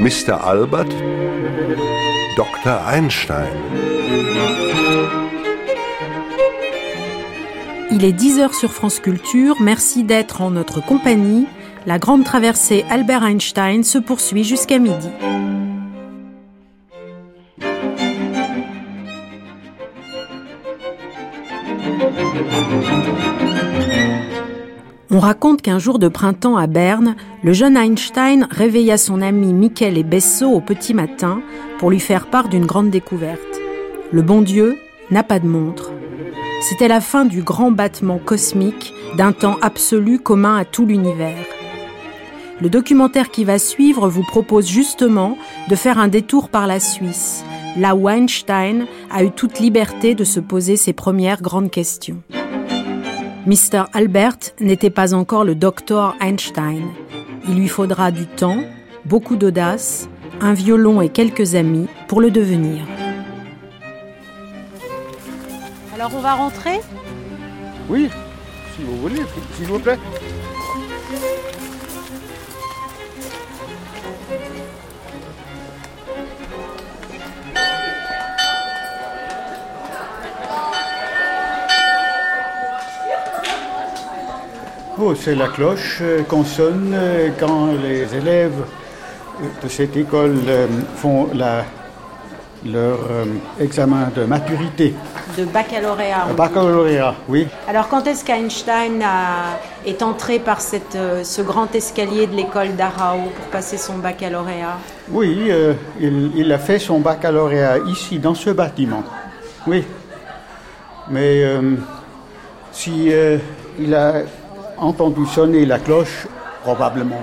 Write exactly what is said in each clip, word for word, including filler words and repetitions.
Mister Albert, Doktor Einstein. Il est dix heures sur France Culture, merci d'être en notre compagnie. La grande traversée Albert Einstein se poursuit jusqu'à midi. On raconte qu'un jour de printemps à Berne, le jeune Einstein réveilla son ami Michele Besso au petit matin pour lui faire part d'une grande découverte. Le bon Dieu n'a pas de montre. C'était la fin du grand battement cosmique, d'un temps absolu commun à tout l'univers. Le documentaire qui va suivre vous propose justement de faire un détour par la Suisse, là où Einstein a eu toute liberté de se poser ses premières grandes questions. Mister Albert n'était pas encore le docteur Einstein. Il lui faudra du temps, beaucoup d'audace, un violon et quelques amis pour le devenir. Alors on va rentrer ? Oui, si vous voulez, s'il vous plaît. Oh, c'est la cloche qu'on sonne quand les élèves de cette école font la, leur examen de maturité. De baccalauréat. Le baccalauréat, oui. Alors quand est-ce qu'Einstein a, est entré par cette, ce grand escalier de l'école d'Aarau pour passer son baccalauréat ? Oui, euh, il, il a fait son baccalauréat ici, dans ce bâtiment. Oui. Mais euh, si euh, il a entendu sonner la cloche, probablement.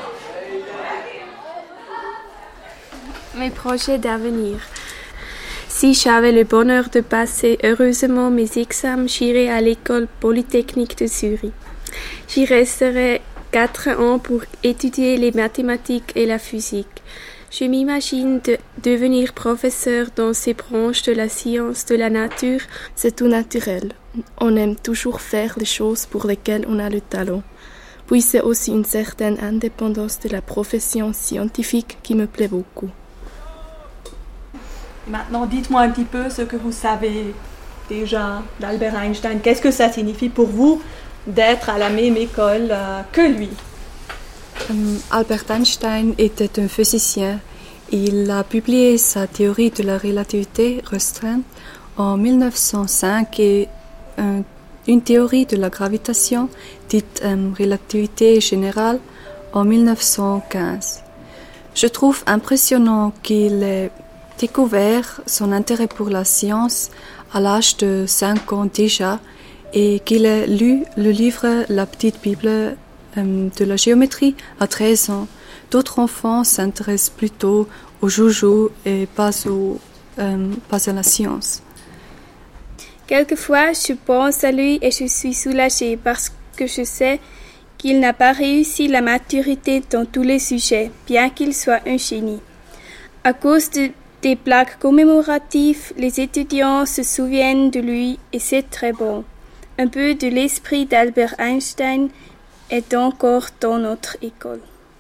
Mes projets d'avenir. Si j'avais le bonheur de passer heureusement mes examens, j'irais à l'école polytechnique de Zurich. J'y resterai quatre ans pour étudier les mathématiques et la physique. Je m'imagine de devenir professeur dans ces branches de la science de la nature. C'est tout naturel. On aime toujours faire les choses pour lesquelles on a le talent. Puis c'est aussi une certaine indépendance de la profession scientifique qui me plaît beaucoup. Maintenant, dites-moi un petit peu ce que vous savez déjà d'Albert Einstein. Qu'est-ce que ça signifie pour vous d'être à la même école euh, que lui ? Um, Albert Einstein était un physicien. Il a publié sa théorie de la relativité restreinte en mille neuf cent cinq et un, une théorie de la gravitation dite um, relativité générale en mille neuf cent quinze. Je trouve impressionnant qu'il ait découvert son intérêt pour la science à l'âge de cinq ans déjà et qu'il ait lu le livre La petite Bible de la géométrie à treize ans. D'autres enfants s'intéressent plutôt aux joujoux et pas, au, euh, pas à la science. Quelquefois, je pense à lui et je suis soulagée parce que je sais qu'il n'a pas réussi la maturité dans tous les sujets, bien qu'il soit un génie. À cause de, des plaques commémoratives, les étudiants se souviennent de lui et c'est très bon. Un peu de l'esprit d'Albert Einstein est encore dans notre école.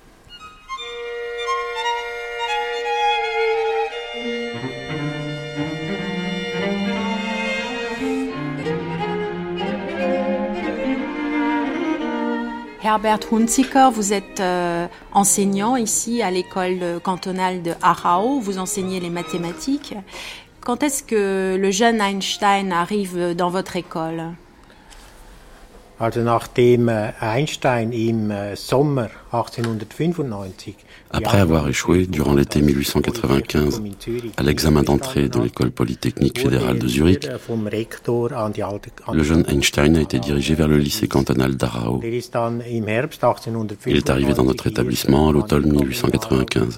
Herbert Hunziker, vous êtes euh, enseignant ici à l'école cantonale de Aarau, vous enseignez les mathématiques. Quand est-ce que le jeune Einstein arrive dans votre école ? Also nachdem Einstein im Sommer achtzehnhundertfünfundneunzig Après avoir échoué durant l'été mille huit cent quatre-vingt-quinze à l'examen d'entrée de l'école polytechnique fédérale de Zurich, le jeune Einstein a été dirigé vers le lycée cantonal d'Aarau. Il est arrivé dans notre établissement à l'automne mille huit cent quatre-vingt-quinze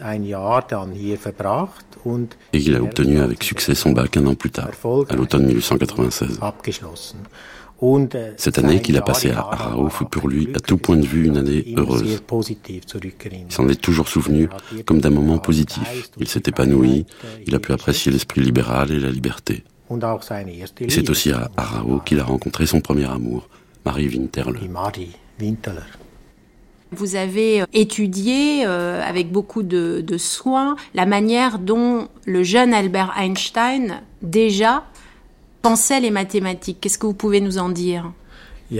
et il a obtenu avec succès son bac un an plus tard, à l'automne mille huit cent quatre-vingt-seize. Cette année qu'il a passée à Aarau fut pour lui, à tout point de vue, une année heureuse. Il s'en est toujours souvenu comme d'un moment positif. Il s'est épanoui, il a pu apprécier l'esprit libéral et la liberté. Et c'est aussi à Aarau qu'il a rencontré son premier amour, Marie Winterle. Vous avez étudié euh, avec beaucoup de, de soin la manière dont le jeune Albert Einstein déjà pensait les mathématiques. Qu'est-ce que vous pouvez nous en dire ? Oui,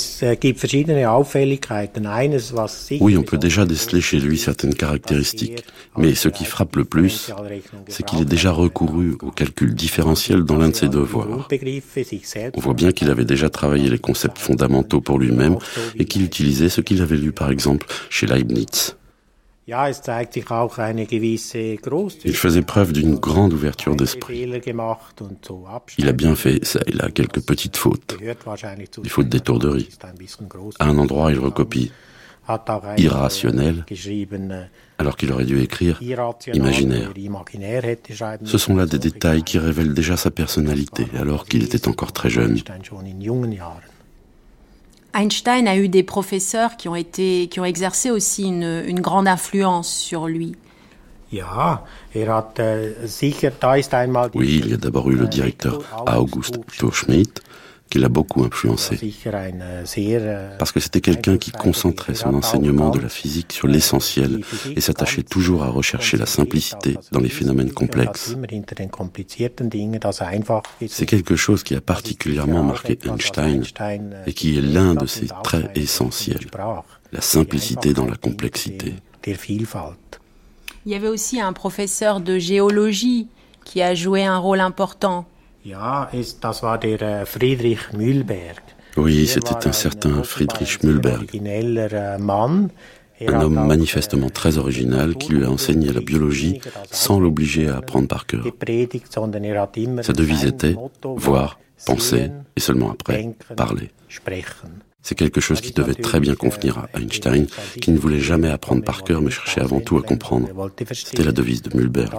on peut déjà déceler chez lui certaines caractéristiques, mais ce qui frappe le plus, c'est qu'il est déjà recouru au calcul différentiel dans l'un de ses devoirs. On voit bien qu'il avait déjà travaillé les concepts fondamentaux pour lui-même et qu'il utilisait ce qu'il avait lu par exemple chez Leibniz. Il faisait preuve d'une grande ouverture d'esprit. Il a bien fait ça, il a quelques petites fautes, des fautes d'étourderie. À un endroit, il recopie irrationnel, alors qu'il aurait dû écrire imaginaire. Ce sont là des détails qui révèlent déjà sa personnalité, alors qu'il était encore très jeune. Einstein a eu des professeurs qui ont été, qui ont exercé aussi une, une grande influence sur lui. Oui, il y a d'abord eu le directeur August Thorschmidt, qui l'a beaucoup influencé. Parce que c'était quelqu'un qui concentrait son enseignement de la physique sur l'essentiel et s'attachait toujours à rechercher la simplicité dans les phénomènes complexes. C'est quelque chose qui a particulièrement marqué Einstein et qui est l'un de ses traits essentiels, la simplicité dans la complexité. Il y avait aussi un professeur de géologie qui a joué un rôle important. Oui, c'était un certain Friedrich Mühlberg, un homme manifestement très original qui lui a enseigné la biologie sans l'obliger à apprendre par cœur. Sa devise était « voir, penser et seulement après, parler ». C'est quelque chose qui devait très bien convenir à Einstein, qui ne voulait jamais apprendre par cœur mais cherchait avant tout à comprendre. C'était la devise de Mühlberg.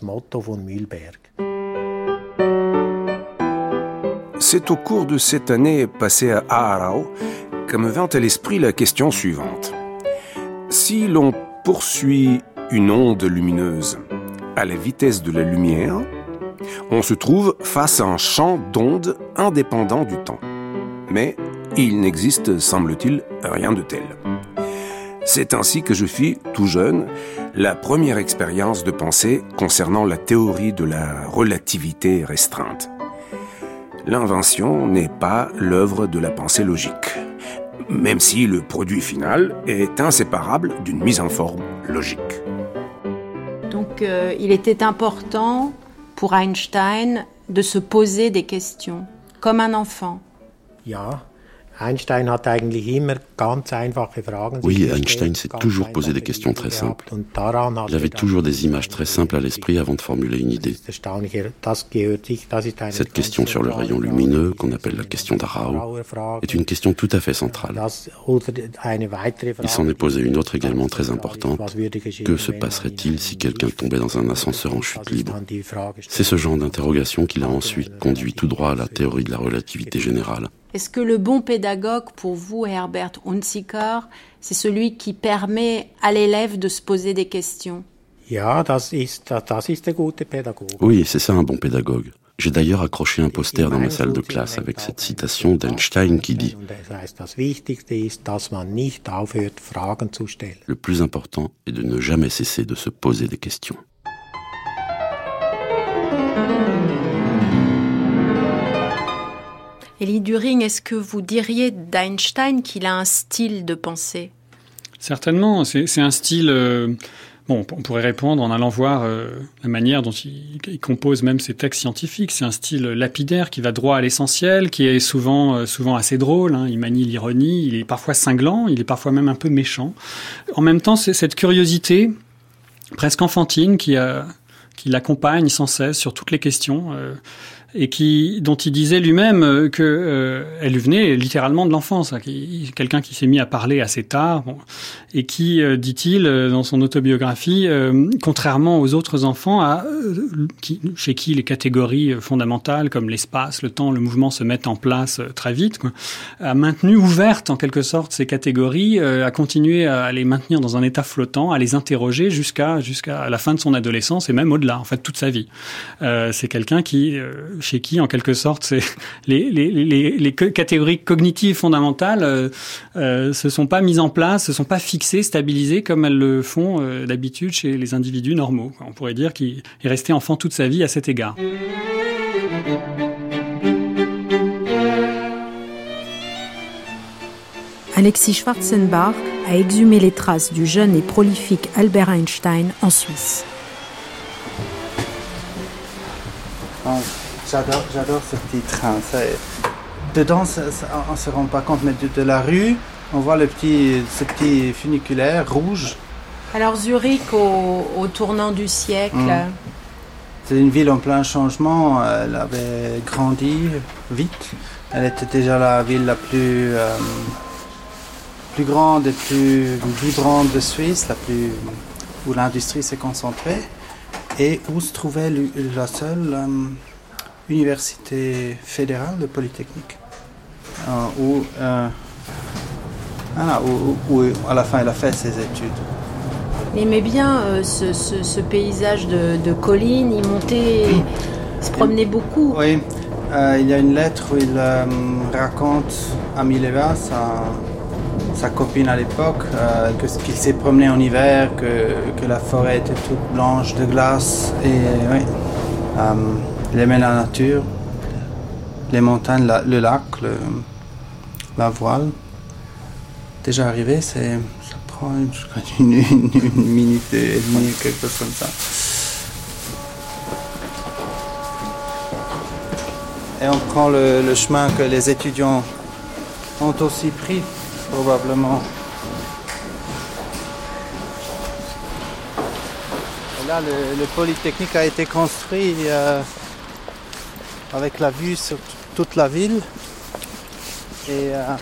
C'est au cours de cette année passée à Aarau que me vint à l'esprit la question suivante. Si l'on poursuit une onde lumineuse à la vitesse de la lumière, on se trouve face à un champ d'ondes indépendant du temps. Mais il n'existe, semble-t-il, rien de tel. C'est ainsi que je fis, tout jeune, la première expérience de pensée concernant la théorie de la relativité restreinte. L'invention n'est pas l'œuvre de la pensée logique, même si le produit final est inséparable d'une mise en forme logique. Donc euh, il était important pour Einstein de se poser des questions, comme un enfant. Oui, Einstein s'est toujours posé des questions très simples. Il avait toujours des images très simples à l'esprit avant de formuler une idée. Cette question sur le rayon lumineux, qu'on appelle la question d'Aarau, est une question tout à fait centrale. Il s'en est posé une autre également très importante. Que se passerait-il si quelqu'un tombait dans un ascenseur en chute libre ? C'est ce genre d'interrogation qui l'a ensuite conduit tout droit à la théorie de la relativité générale. Est-ce que le bon pédagogue pour vous, Herbert Hunziker, c'est celui qui permet à l'élève de se poser des questions ? Oui, c'est ça un bon pédagogue. J'ai d'ailleurs accroché un poster dans ma salle de classe avec cette citation d'Einstein qui dit « Le plus important est de ne jamais cesser de se poser des questions. » Élie Düring, est-ce que vous diriez d'Einstein qu'il a un style de pensée ? Certainement, c'est, c'est un style... Euh, bon, on pourrait répondre en allant voir euh, la manière dont il, il compose même ses textes scientifiques. C'est un style lapidaire qui va droit à l'essentiel, qui est souvent, euh, souvent assez drôle. Hein. Il manie l'ironie, il est parfois cinglant, il est parfois même un peu méchant. En même temps, c'est cette curiosité presque enfantine qui, a, qui l'accompagne sans cesse sur toutes les questions... Euh, et qui, dont il disait lui-même que euh, elle lui venait littéralement de l'enfance, hein, qui, quelqu'un qui s'est mis à parler assez tard, bon, et qui, euh, dit-il dans son autobiographie, euh, contrairement aux autres enfants, a, euh, qui, chez qui les catégories fondamentales comme l'espace, le temps, le mouvement se mettent en place très vite, quoi, a maintenu ouvertes en quelque sorte ces catégories, euh, a continué à les maintenir dans un état flottant, à les interroger jusqu'à jusqu'à la fin de son adolescence et même au-delà, en fait toute sa vie. Euh, c'est quelqu'un qui euh, chez qui, en quelque sorte, c'est les, les, les, les catégories cognitives fondamentales euh, euh, se sont pas mises en place, se sont pas fixées, stabilisées comme elles le font euh, d'habitude chez les individus normaux. On pourrait dire qu'il est resté enfant toute sa vie à cet égard. Alexis Schwarzenbach a exhumé les traces du jeune et prolifique Albert Einstein en Suisse. Oh, j'adore, j'adore ce petit train. Ça, dedans, ça, ça, on ne se rend pas compte, mais de, de la rue, on voit le petit, ce petit funiculaire rouge. Alors Zurich, au, au tournant du siècle... Mmh. C'est une ville en plein changement. Elle avait grandi vite. Elle était déjà la ville la plus... Euh, plus grande et plus vibrante de Suisse, la plus, où l'industrie s'est concentrée et où se trouvait la seule euh, université fédérale de Polytechnique. Euh, où, euh, ah, où, où, où à la fin elle a fait ses études. Il aimait bien euh, ce, ce, ce paysage de, de collines, il montait, il se promenait beaucoup. Oui, euh, il y a une lettre où il euh, raconte à Mileva, sa, sa copine à l'époque, euh, que, qu'il s'est promené en hiver, que, que la forêt était toute blanche de glace. Et oui, euh, il aimait la nature, les montagnes, la, le lac, le, la voile. Déjà arrivé, c'est, ça prend une, une, une, une minute et demie, quelque chose comme ça. Et on prend le, le chemin que les étudiants ont aussi pris, probablement. Et là, le, le Polytechnique a été construit euh, avec la vue sur t- toute la ville. Et euh,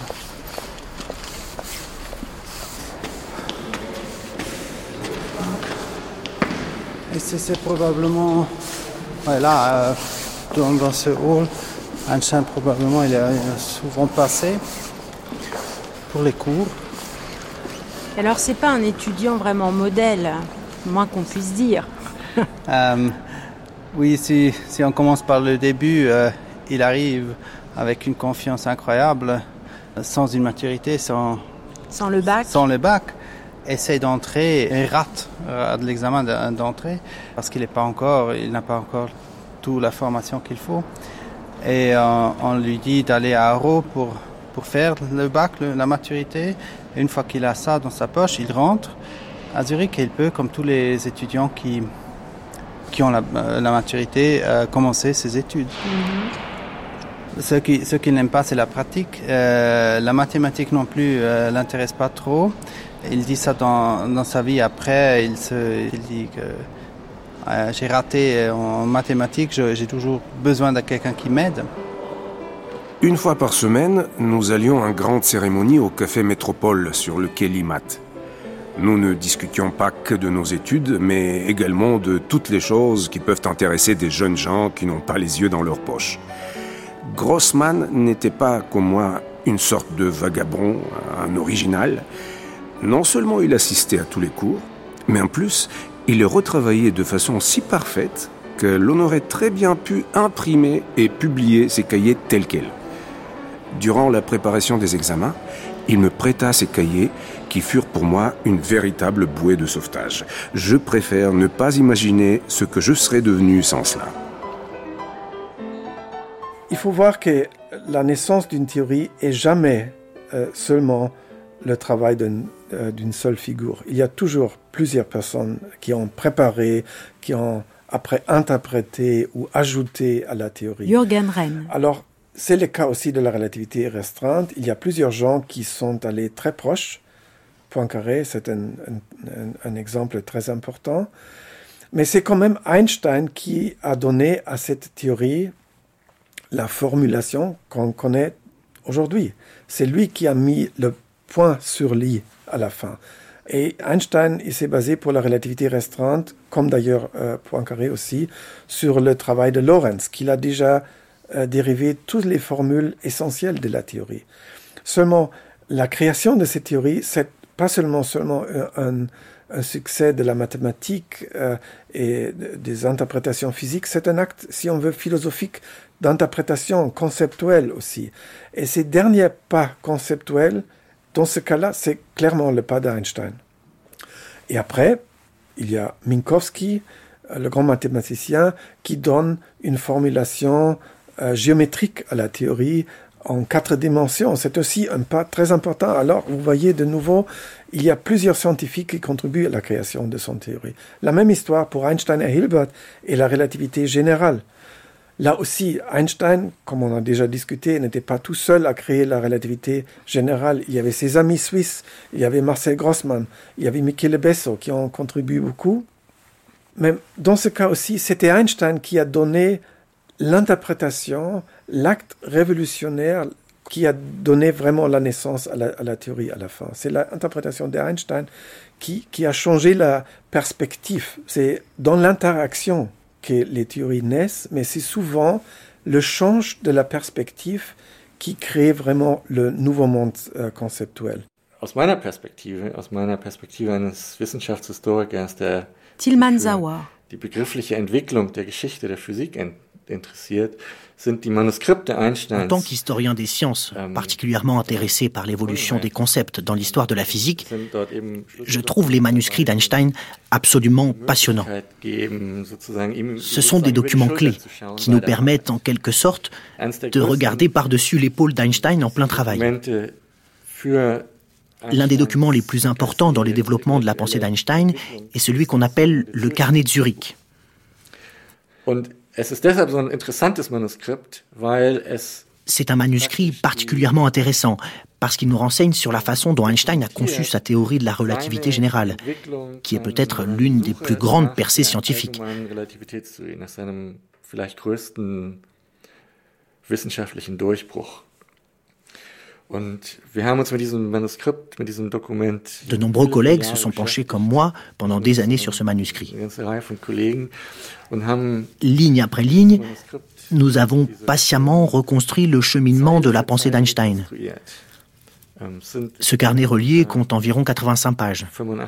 et c'est, c'est probablement... Ouais, là, euh, dans, dans ce hall, Einstein probablement il a, il a souvent passé pour les cours. Alors c'est pas un étudiant vraiment modèle, moins qu'on puisse dire. euh, oui, si, si on commence par le début, euh, il arrive avec une confiance incroyable, sans une maturité, sans, sans le bac. Sans le bac, essaie d'entrer et rate euh, de l'examen d'entrée parce qu'il n'est pas encore, il n'a pas encore toute la formation qu'il faut. Et euh, on lui dit d'aller à Aarau pour, pour faire le bac, le, la maturité. Et une fois qu'il a ça dans sa poche, il rentre à Zurich et il peut, comme tous les étudiants qui, qui ont la, euh, la maturité, euh, commencer ses études. Mm-hmm. Ce qui, ce qu'il n'aime pas, c'est la pratique. Euh, la mathématique non plus euh, l'intéresse pas trop. Il dit ça dans, dans sa vie après. Il, se, il dit que Euh, j'ai raté en mathématiques, je, j'ai toujours besoin de quelqu'un qui m'aide. Une fois par semaine, nous allions à une grande cérémonie au Café Métropole sur le quai Limat. Nous ne discutions pas que de nos études, mais également de toutes les choses qui peuvent intéresser des jeunes gens qui n'ont pas les yeux dans leur poche. Grossman n'était pas, comme moi, une sorte de vagabond, un original. Non seulement il assistait à tous les cours, mais en plus, il les retravaillait de façon si parfaite que l'on aurait très bien pu imprimer et publier ses cahiers tels quels. Durant la préparation des examens, il me prêta ses cahiers qui furent pour moi une véritable bouée de sauvetage. Je préfère ne pas imaginer ce que je serais devenu sans cela. Il faut voir que la naissance d'une théorie est jamais euh, seulement le travail d'une, euh, d'une seule figure. Il y a toujours plusieurs personnes qui ont préparé, qui ont après interprété ou ajouté à la théorie. Jürgen Renn. Alors, c'est le cas aussi de la relativité restreinte. Il y a plusieurs gens qui sont allés très proches. Poincaré, c'est un, un, un exemple très important. Mais c'est quand même Einstein qui a donné à cette théorie la formulation qu'on connaît aujourd'hui. C'est lui qui a mis le point sur l'i à la fin. Et Einstein, il s'est basé pour la relativité restreinte, comme d'ailleurs euh, Poincaré aussi, sur le travail de Lorentz, qu'il a déjà euh, dérivé toutes les formules essentielles de la théorie. Seulement, la création de cette théorie, c'est pas seulement, seulement un, un succès de la mathématique euh, et des interprétations physiques, c'est un acte, si on veut, philosophique, d'interprétation conceptuelle aussi. Et ces derniers pas conceptuels, dans ce cas-là, c'est clairement le pas d'Einstein. Et après, il y a Minkowski, le grand mathématicien, qui donne une formulation euh, géométrique à la théorie en quatre dimensions. C'est aussi un pas très important. Alors, vous voyez de nouveau, il y a plusieurs scientifiques qui contribuent à la création de son théorie. La même histoire pour Einstein et Hilbert et la relativité générale. Là aussi, Einstein, comme on a déjà discuté, n'était pas tout seul à créer la relativité générale. Il y avait ses amis suisses, il y avait Marcel Grossmann, il y avait Michele Besso qui ont contribué beaucoup. Mais dans ce cas aussi, c'était Einstein qui a donné l'interprétation, l'acte révolutionnaire qui a donné vraiment la naissance à la, à la théorie à la fin. C'est l'interprétation d'Einstein qui, qui a changé la perspective. C'est dans l'interaction que les théories naissent, mais c'est souvent le change de la perspective qui crée vraiment le nouveau monde euh, conceptuel. Aus meiner Perspektive, aus meiner Perspektive eines Wissenschaftshistorikers, der Tilman Zaouar. Die begriffliche Entwicklung der Geschichte der Physik interessiert, sind die Manuskripte Einsteins. En tant qu'historien des sciences, particulièrement intéressé par l'évolution des concepts dans l'histoire de la physique, je trouve les manuscrits d'Einstein absolument passionnants. Ce sont des documents clés qui nous permettent en quelque sorte de regarder par-dessus l'épaule d'Einstein en plein travail. L'un des documents les plus importants dans les développements de la pensée d'Einstein est celui qu'on appelle le carnet de Zurich. C'est un manuscrit particulièrement intéressant parce qu'il nous renseigne sur la façon dont Einstein a conçu sa théorie de la relativité générale, qui est peut-être l'une des plus grandes percées scientifiques. De nombreux collègues se sont penchés comme moi pendant des années sur ce manuscrit. Ligne après ligne, nous avons patiemment reconstruit le cheminement de la pensée d'Einstein. Ce carnet relié compte environ quatre-vingt-cinq pages.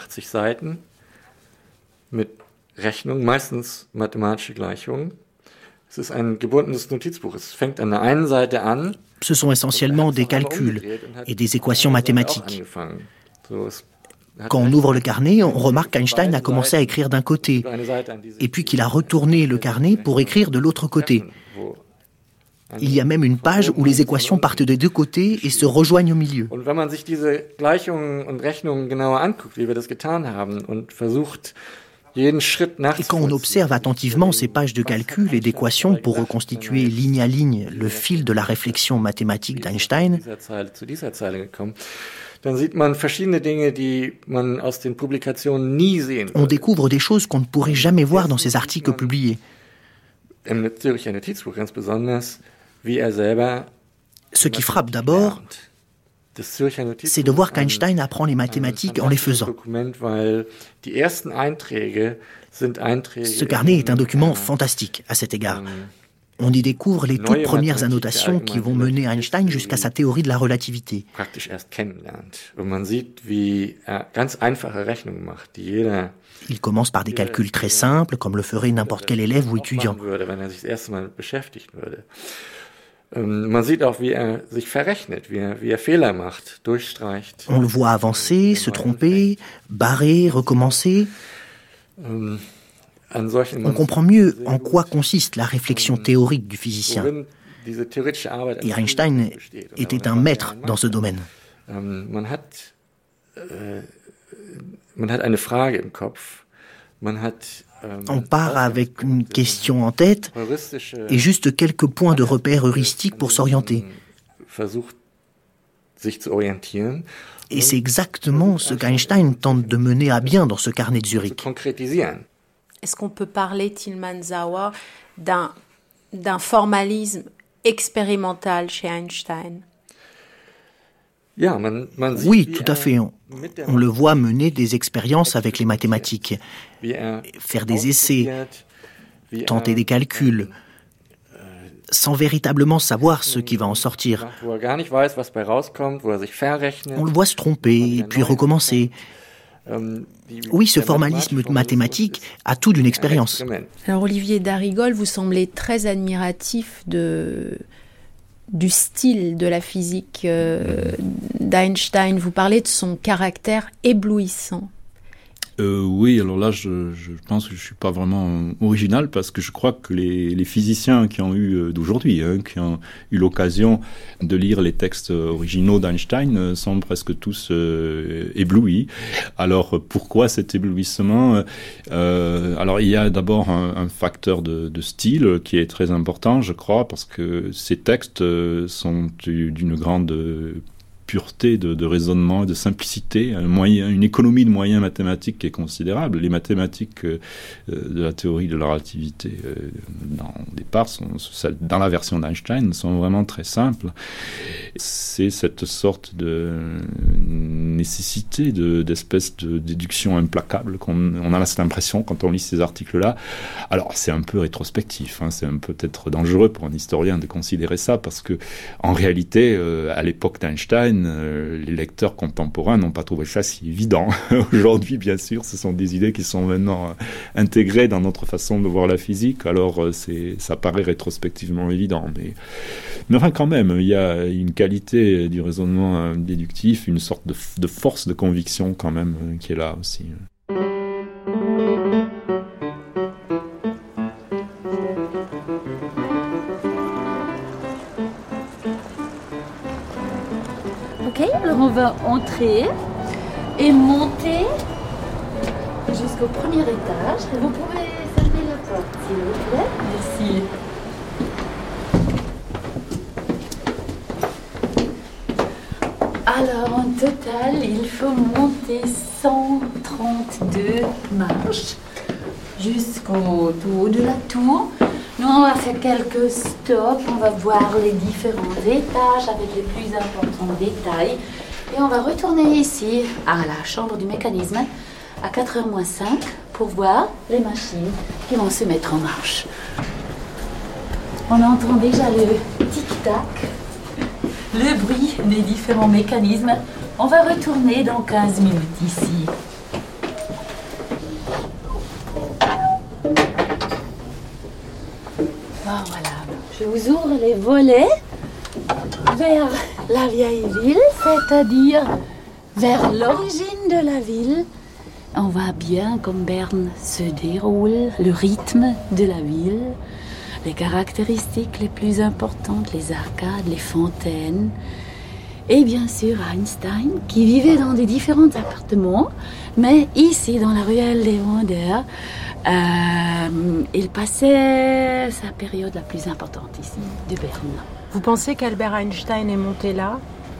Ce sont essentiellement des calculs et des équations mathématiques. Quand on ouvre le carnet, on remarque qu'Einstein a commencé à écrire d'un côté, et puis qu'il a retourné le carnet pour écrire de l'autre côté. Il y a même une page où les équations partent des deux côtés et se rejoignent au milieu. Et quand on observe attentivement ces pages de calcul et d'équations pour reconstituer ligne à ligne le fil de la réflexion mathématique d'Einstein, on découvre des choses qu'on ne pourrait jamais voir dans ces articles publiés. Ce qui frappe d'abord, c'est de voir qu'Einstein apprend les mathématiques en les faisant. Ce carnet est un document fantastique à cet égard. On y découvre les toutes premières annotations qui vont mener Einstein jusqu'à sa théorie de la relativité. Il commence par des calculs très simples, comme le ferait n'importe quel élève ou étudiant. On le voit avancer, se tromper, barrer, recommencer. On comprend mieux en quoi consiste la réflexion théorique du physicien. Et Einstein était un maître dans ce domaine. On part avec une question en tête et juste quelques points de repère heuristiques pour s'orienter. Et c'est exactement ce qu'Einstein tente de mener à bien dans ce carnet de Zurich. Est-ce qu'on peut parler, Tilman Zaouar, d'un, d'un formalisme expérimental chez Einstein ? Oui, tout à fait. On, on le voit mener des expériences avec les mathématiques, faire des essais, tenter des calculs, sans véritablement savoir ce qui va en sortir. On le voit se tromper, puis recommencer. Oui, ce formalisme mathématique a tout d'une expérience. Alors Olivier Darrigol, vous semblez très admiratif de... du style de la physique euh, d'Einstein. Vous parlez de son caractère éblouissant. Euh, oui, alors là, je, je pense que je suis pas vraiment original parce que je crois que les, les physiciens qui ont eu euh, d'aujourd'hui, hein, qui ont eu l'occasion de lire les textes originaux d'Einstein, euh, sont presque tous euh, éblouis. Alors pourquoi cet éblouissement ? euh, Alors il y a d'abord un, un facteur de, de style qui est très important, je crois, parce que ces textes euh, sont d'une grande pureté de, de raisonnement, de simplicité, un moyen, une économie de moyens mathématiques qui est considérable. Les mathématiques euh, de la théorie de la relativité, euh, dans, au départ, sont, dans la version d'Einstein, sont vraiment très simples. C'est cette sorte de nécessité, de, d'espèce de déduction implacable qu'on on a cette impression quand on lit ces articles-là. Alors, c'est un peu rétrospectif, hein, c'est un peu peut-être dangereux pour un historien de considérer ça, parce que, en réalité, euh, à l'époque d'Einstein, les lecteurs contemporains n'ont pas trouvé ça si évident. Aujourd'hui, bien sûr, ce sont des idées qui sont maintenant intégrées dans notre façon de voir la physique, alors c'est, ça paraît rétrospectivement évident. Mais, mais enfin, quand même, il y a une qualité du raisonnement déductif, une sorte de, de force de conviction quand même qui est là aussi. Alors on va entrer et monter jusqu'au premier étage. Vous pouvez fermer la porte, s'il vous plaît. Merci. Alors en total, il faut monter cent trente-deux marches jusqu'au tout haut de la tour. Nous, on va faire quelques stops, on va voir les différents étages avec les plus importants détails. Et on va retourner ici, à la chambre du mécanisme, à quatre heures moins cinq, pour voir les machines qui vont se mettre en marche. On entend déjà le tic-tac, le bruit des différents mécanismes. On va retourner dans quinze minutes ici. Bon, voilà. Je vous ouvre les volets vers la vieille ville, c'est-à-dire vers l'origine de la ville. On voit bien comme Berne se déroule, le rythme de la ville, les caractéristiques les plus importantes, les arcades, les fontaines. Et bien sûr Einstein, qui vivait dans des différents appartements, mais ici, dans la ruelle des Vendeurs, euh, il passait sa période la plus importante ici, de Berne. Vous pensez qu'Albert Einstein est monté là ?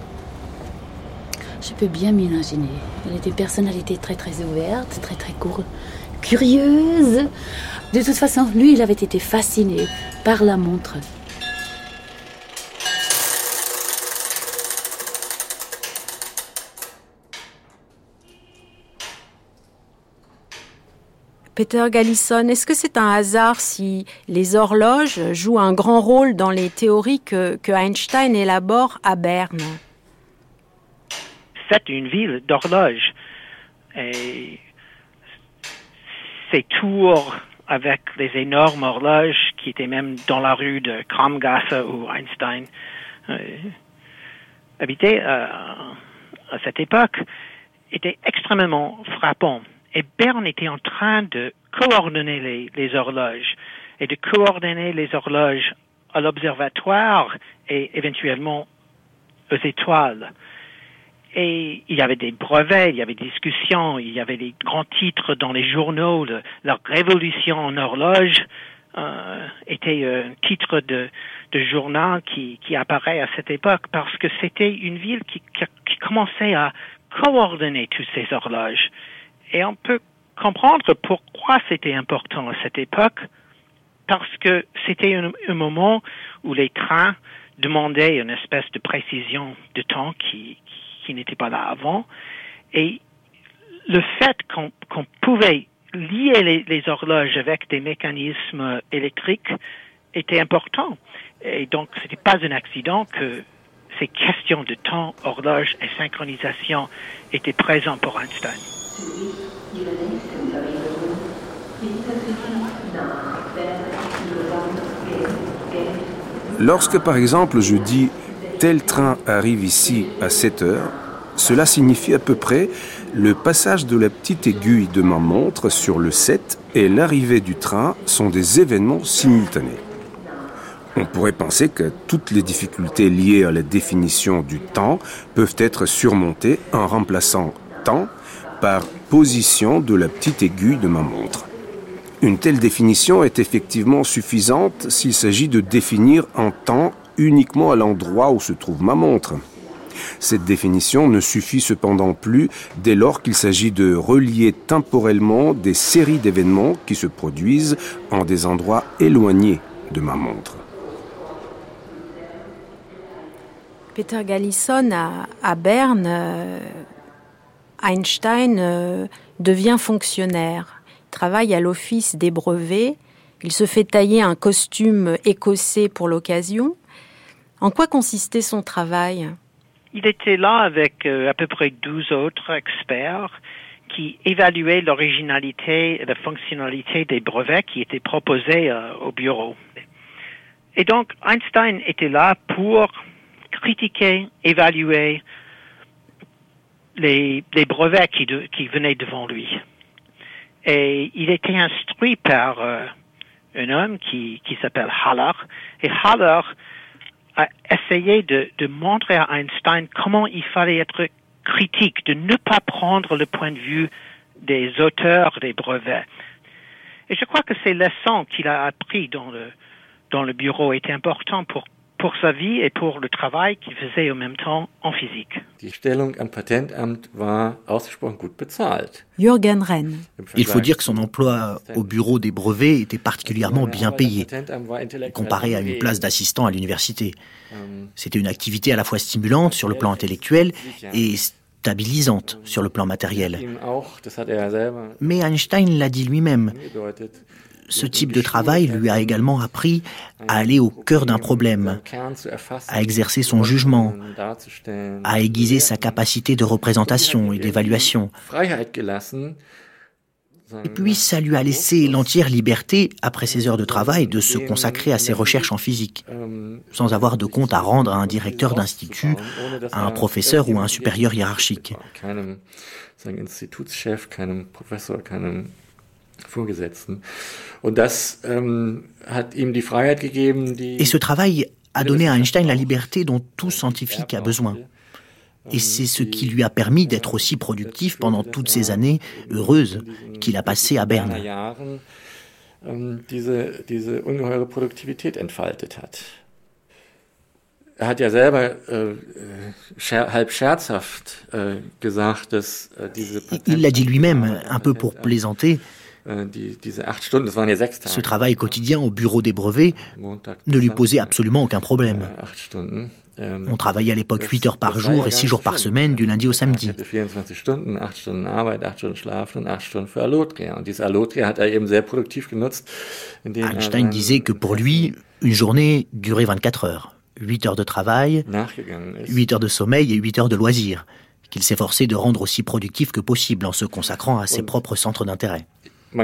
Je peux bien m'imaginer. Il était une personnalité très très ouverte, très très cour- curieuse. De toute façon, lui, il avait été fasciné par la montre. Peter Galison, est-ce que c'est un hasard si les horloges jouent un grand rôle dans les théories que, que Einstein élabore à Berne ? C'est une ville d'horloges. Et ces tours avec les énormes horloges qui étaient même dans la rue de Kramgasse où Einstein euh, habitait euh, à cette époque étaient extrêmement frappants. Et Berne était en train de coordonner les, les horloges et de coordonner les horloges à l'observatoire et éventuellement aux étoiles. Et il y avait des brevets, il y avait des discussions, il y avait des grands titres dans les journaux. Le, la révolution en horloge euh, était un titre de, de journal qui, qui apparaît à cette époque parce que c'était une ville qui, qui, qui commençait à coordonner toutes ces horloges. Et on peut comprendre pourquoi c'était important à cette époque, parce que c'était un, un moment où les trains demandaient une espèce de précision de temps qui, qui n'était pas là avant. Et le fait qu'on, qu'on pouvait lier les, les horloges avec des mécanismes électriques était important. Et donc, ce n'était pas un accident que ces questions de temps, horloge et synchronisation étaient présentes pour Einstein. Lorsque, par exemple, je dis « tel train arrive ici à sept heures », cela signifie à peu près le passage de la petite aiguille de ma montre sur le sept et l'arrivée du train sont des événements simultanés. On pourrait penser que toutes les difficultés liées à la définition du temps peuvent être surmontées en remplaçant « temps » par « position de la petite aiguille de ma montre ». Une telle définition est effectivement suffisante s'il s'agit de définir un temps uniquement à l'endroit où se trouve ma montre. Cette définition ne suffit cependant plus dès lors qu'il s'agit de relier temporellement des séries d'événements qui se produisent en des endroits éloignés de ma montre. Peter Galison, à, à Berne, euh, Einstein euh, devient fonctionnaire. Il travaille à l'office des brevets. Il se fait tailler un costume écossais pour l'occasion. En quoi consistait son travail ? Il était là avec euh, à peu près douze autres experts qui évaluaient l'originalité et la fonctionnalité des brevets qui étaient proposés euh, au bureau. Et donc, Einstein était là pour critiquer, évaluer les, les brevets qui, de, qui venaient devant lui. Et il était instruit par euh, un homme qui, qui s'appelle Haller. Et Haller a essayé de, de montrer à Einstein comment il fallait être critique, de ne pas prendre le point de vue des auteurs des brevets. Et je crois que ces leçons qu'il a apprises dans le, dans le bureau étaient importantes pour pour sa vie et pour le travail qu'il faisait en même temps en physique. Die Stellung am Patentamt war ausgesprochen gut bezahlt. Jürgen Renn. Il faut dire que son emploi au bureau des brevets était particulièrement bien payé, comparé à une place d'assistant à l'université. C'était une activité à la fois stimulante sur le plan intellectuel et stabilisante sur le plan matériel. Mais Einstein l'a dit lui-même. Ce type de travail lui a également appris à aller au cœur d'un problème, à exercer son jugement, à aiguiser sa capacité de représentation et d'évaluation. Et puis ça lui a laissé l'entière liberté, après ses heures de travail, de se consacrer à ses recherches en physique, sans avoir de compte à rendre à un directeur d'institut, à un professeur ou à un supérieur hiérarchique. Et ce travail a donné à Einstein la liberté dont tout scientifique a besoin. Et c'est ce qui lui a permis d'être aussi productif pendant toutes ces années heureuses qu'il a passées à Berne. Er hat ja selber äh, halb scherzhaft äh, gesagt, dass äh, diese Il l'a dit lui-même, un peu pour plaisanter. Ce travail quotidien au bureau des brevets ne lui posait absolument aucun problème. On travaillait à l'époque huit heures par jour et six jours par semaine, du lundi au samedi. Einstein disait que pour lui, une journée durait vingt-quatre heures. huit heures de travail, huit heures de sommeil et huit heures de loisirs, qu'il s'efforçait de rendre aussi productif que possible en se consacrant à ses propres centres d'intérêt. On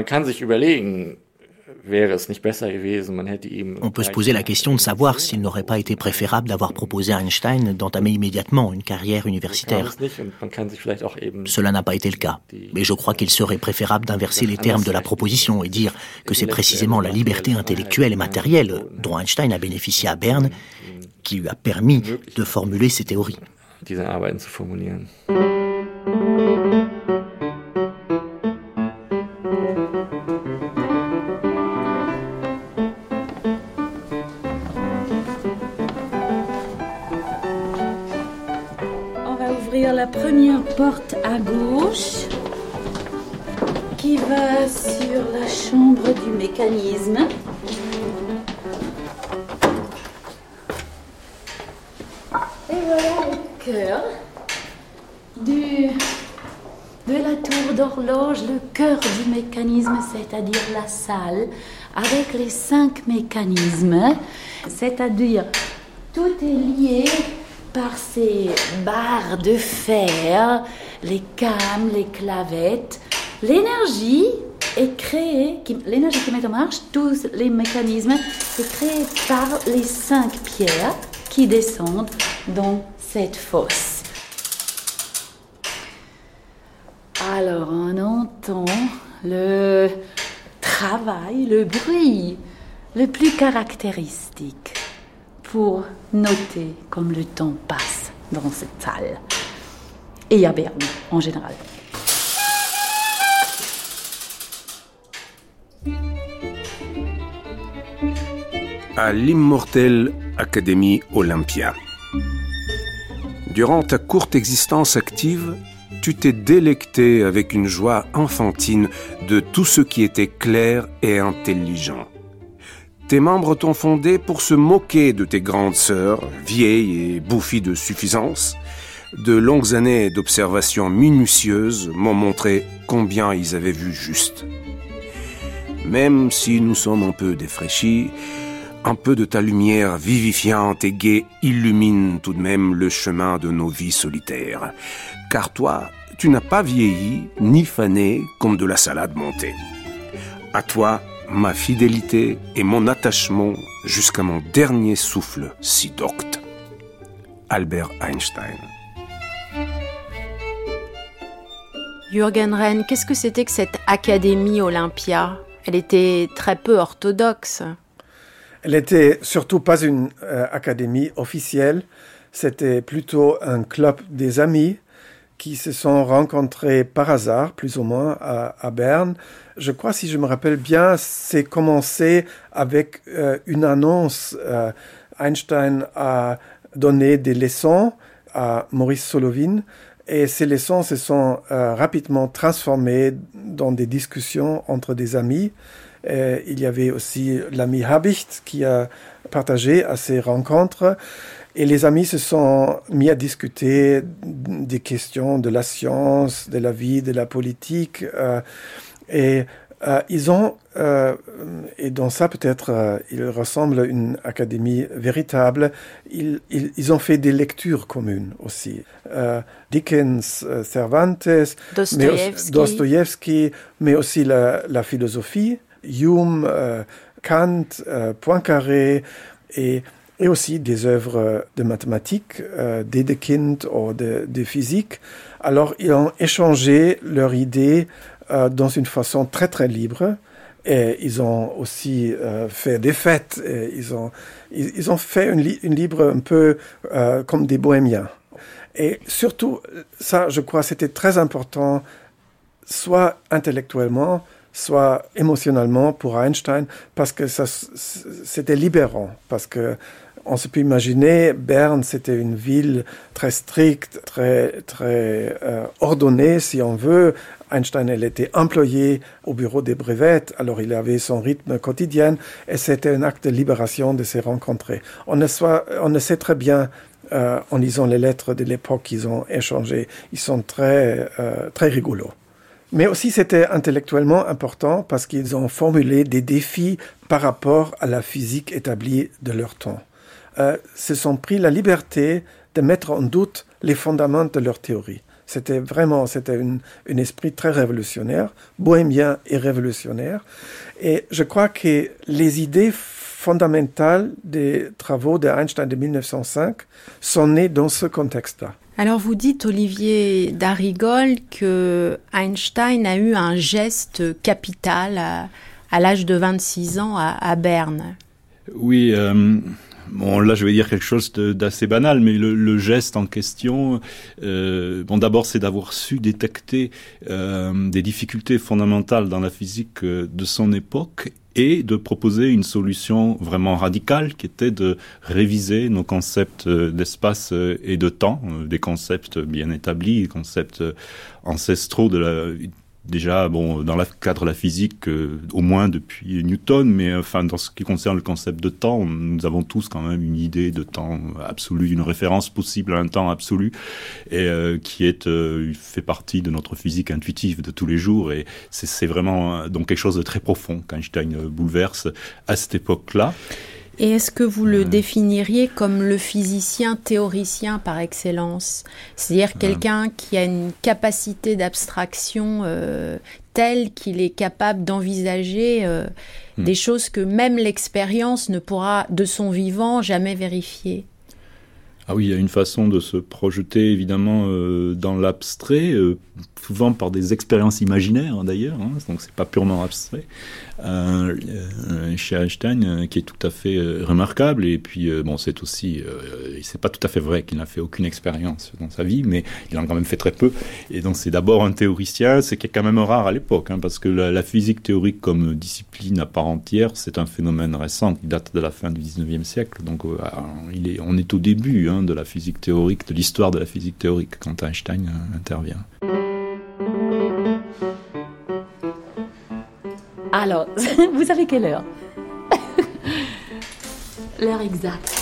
peut se poser la question de savoir s'il n'aurait pas été préférable d'avoir proposé à Einstein d'entamer immédiatement une carrière universitaire. Cela n'a pas été le cas. Mais je crois qu'il serait préférable d'inverser les termes de la proposition et dire que c'est précisément la liberté intellectuelle et matérielle dont Einstein a bénéficié à Berne qui lui a permis de formuler ses théories. La première porte à gauche qui va sur la chambre du mécanisme. Et voilà le cœur du, de la tour d'horloge, le cœur du mécanisme, c'est-à-dire la salle, avec les cinq mécanismes, c'est-à-dire tout est lié par ces barres de fer, les câbles, les clavettes. L'énergie est créée, qui, l'énergie qui met en marche tous les mécanismes, est créée par les cinq pierres qui descendent dans cette fosse. Alors on entend le travail, le bruit le plus caractéristique pour noter comme le temps passe dans cette salle et à Berne en général. À l'immortelle Académie Olympia. Durant ta courte existence active, tu t'es délecté avec une joie enfantine de tout ce qui était clair et intelligent. Tes membres t'ont fondé pour se moquer de tes grandes sœurs, vieilles et bouffies de suffisance. De longues années d'observation minutieuse m'ont montré combien ils avaient vu juste. Même si nous sommes un peu défraîchis, un peu de ta lumière vivifiante et gaie illumine tout de même le chemin de nos vies solitaires. Car toi, tu n'as pas vieilli ni fané comme de la salade montée. À toi, ma fidélité et mon attachement jusqu'à mon dernier souffle si docte. Albert Einstein. Jürgen Renn, qu'est-ce que c'était que cette Académie Olympia ? Elle était très peu orthodoxe. Elle était surtout pas une euh, académie officielle, c'était plutôt un club des amis qui se sont rencontrés par hasard, plus ou moins, à, à Berne. Je crois, si je me rappelle bien, c'est commencé avec euh, une annonce. Euh, Einstein a donné des leçons à Maurice Solovin et ces leçons se sont euh, rapidement transformées dans des discussions entre des amis. Et il y avait aussi l'ami Habicht qui a partagé à ces rencontres. Et les amis se sont mis à discuter des questions de la science, de la vie, de la politique. Euh, et euh, ils ont, euh, et dans ça peut-être, euh, il ressemble à une académie véritable, ils, ils, ils ont fait des lectures communes aussi. Euh, Dickens, euh, Cervantes, Dostoïevski. Dostoïevski, mais aussi la, la philosophie, Hume, euh, Kant, euh, Poincaré, et et aussi des œuvres de mathématiques, euh, d'Edekind ou de, de physique. Alors, ils ont échangé leurs idées euh, dans une façon très, très libre. Et ils ont aussi euh, fait des fêtes. Et ils, ont, ils, ils ont fait une, li- une libre un peu euh, comme des bohémiens. Et surtout, ça, je crois, c'était très important, soit intellectuellement, soit émotionnellement pour Einstein, parce que ça, c'était libérant, parce que on se peut imaginer, Berne, c'était une ville très stricte, très, très euh, ordonnée, si on veut. Einstein, elle était employé au bureau des brevets, alors il avait son rythme quotidien, et c'était un acte de libération de se rencontrer. On ne, soit, on ne sait très bien, euh, en lisant les lettres de l'époque qu'ils ont échangées, ils sont très, euh, très rigolos. Mais aussi, c'était intellectuellement important parce qu'ils ont formulé des défis par rapport à la physique établie de leur temps. Euh, se sont pris la liberté de mettre en doute les fondements de leur théorie. C'était vraiment, c'était une, un esprit très révolutionnaire, bohémien et révolutionnaire. Et je crois que les idées fondamentales des travaux d'Einstein de mille neuf cent cinq sont nées dans ce contexte-là. Alors vous dites, Olivier Darrigol, que Einstein a eu un geste capital à, à l'âge de vingt-six ans à, à Berne. Oui, euh, bon là je vais dire quelque chose de, d'assez banal, mais le, le geste en question, euh, bon d'abord c'est d'avoir su détecter euh, des difficultés fondamentales dans la physique de son époque, et de proposer une solution vraiment radicale qui était de réviser nos concepts d'espace et de temps, des concepts bien établis, des concepts ancestraux de la... Déjà, bon, dans le cadre de la physique, euh, au moins depuis Newton, mais enfin, dans ce qui concerne le concept de temps, nous avons tous quand même une idée de temps absolu, une référence possible à un temps absolu, et euh, qui est euh, fait partie de notre physique intuitive de tous les jours. Et c'est, c'est vraiment euh, donc quelque chose de très profond qu'Einstein bouleverse à cette époque-là. Et est-ce que vous le définiriez comme le physicien théoricien par excellence ? C'est-à-dire quelqu'un qui a une capacité d'abstraction euh, telle qu'il est capable d'envisager euh, mmh. des choses que même l'expérience ne pourra, de son vivant, jamais vérifier ? Ah oui, il y a une façon de se projeter évidemment euh, dans l'abstrait, euh, souvent par des expériences imaginaires d'ailleurs, hein, donc c'est pas purement abstrait. Euh, euh, chez Einstein, euh, qui est tout à fait euh, remarquable, et puis euh, bon, c'est aussi, euh, c'est pas tout à fait vrai qu'il n'a fait aucune expérience dans sa vie, mais il en a quand même fait très peu. Et donc c'est d'abord un théoricien, c'est qui est quand même rare à l'époque, hein, parce que la, la physique théorique comme discipline à part entière, c'est un phénomène récent qui date de la fin du dix-neuvième siècle. Donc euh, il est, on est au début hein, de la physique théorique, de l'histoire de la physique théorique quand Einstein euh, intervient. Alors, vous avez quelle heure ? L'heure exacte.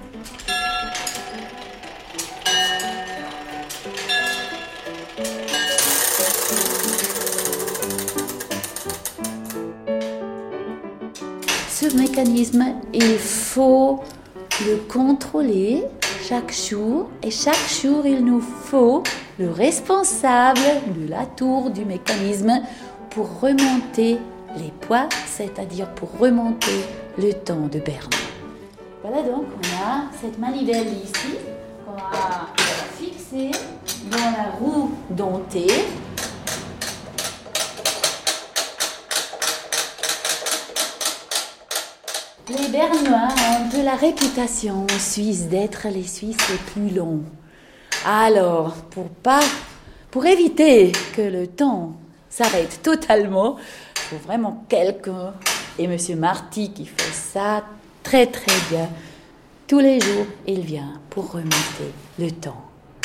Ce mécanisme, il faut le contrôler chaque jour, et chaque jour, il nous faut le responsable de la tour du mécanisme pour remonter les poids, c'est-à-dire pour remonter le temps de Berne. Voilà donc, on a cette manivelle ici, qu'on va fixer dans la roue dentée. Les Bernois ont un peu la réputation en Suisse d'être les Suisses les plus longs. Alors, pour pas, pour éviter que le temps s'arrête totalement, il faut vraiment quelqu'un, et M. Marty qui fait ça très très bien. Tous les jours, il vient pour remonter le temps.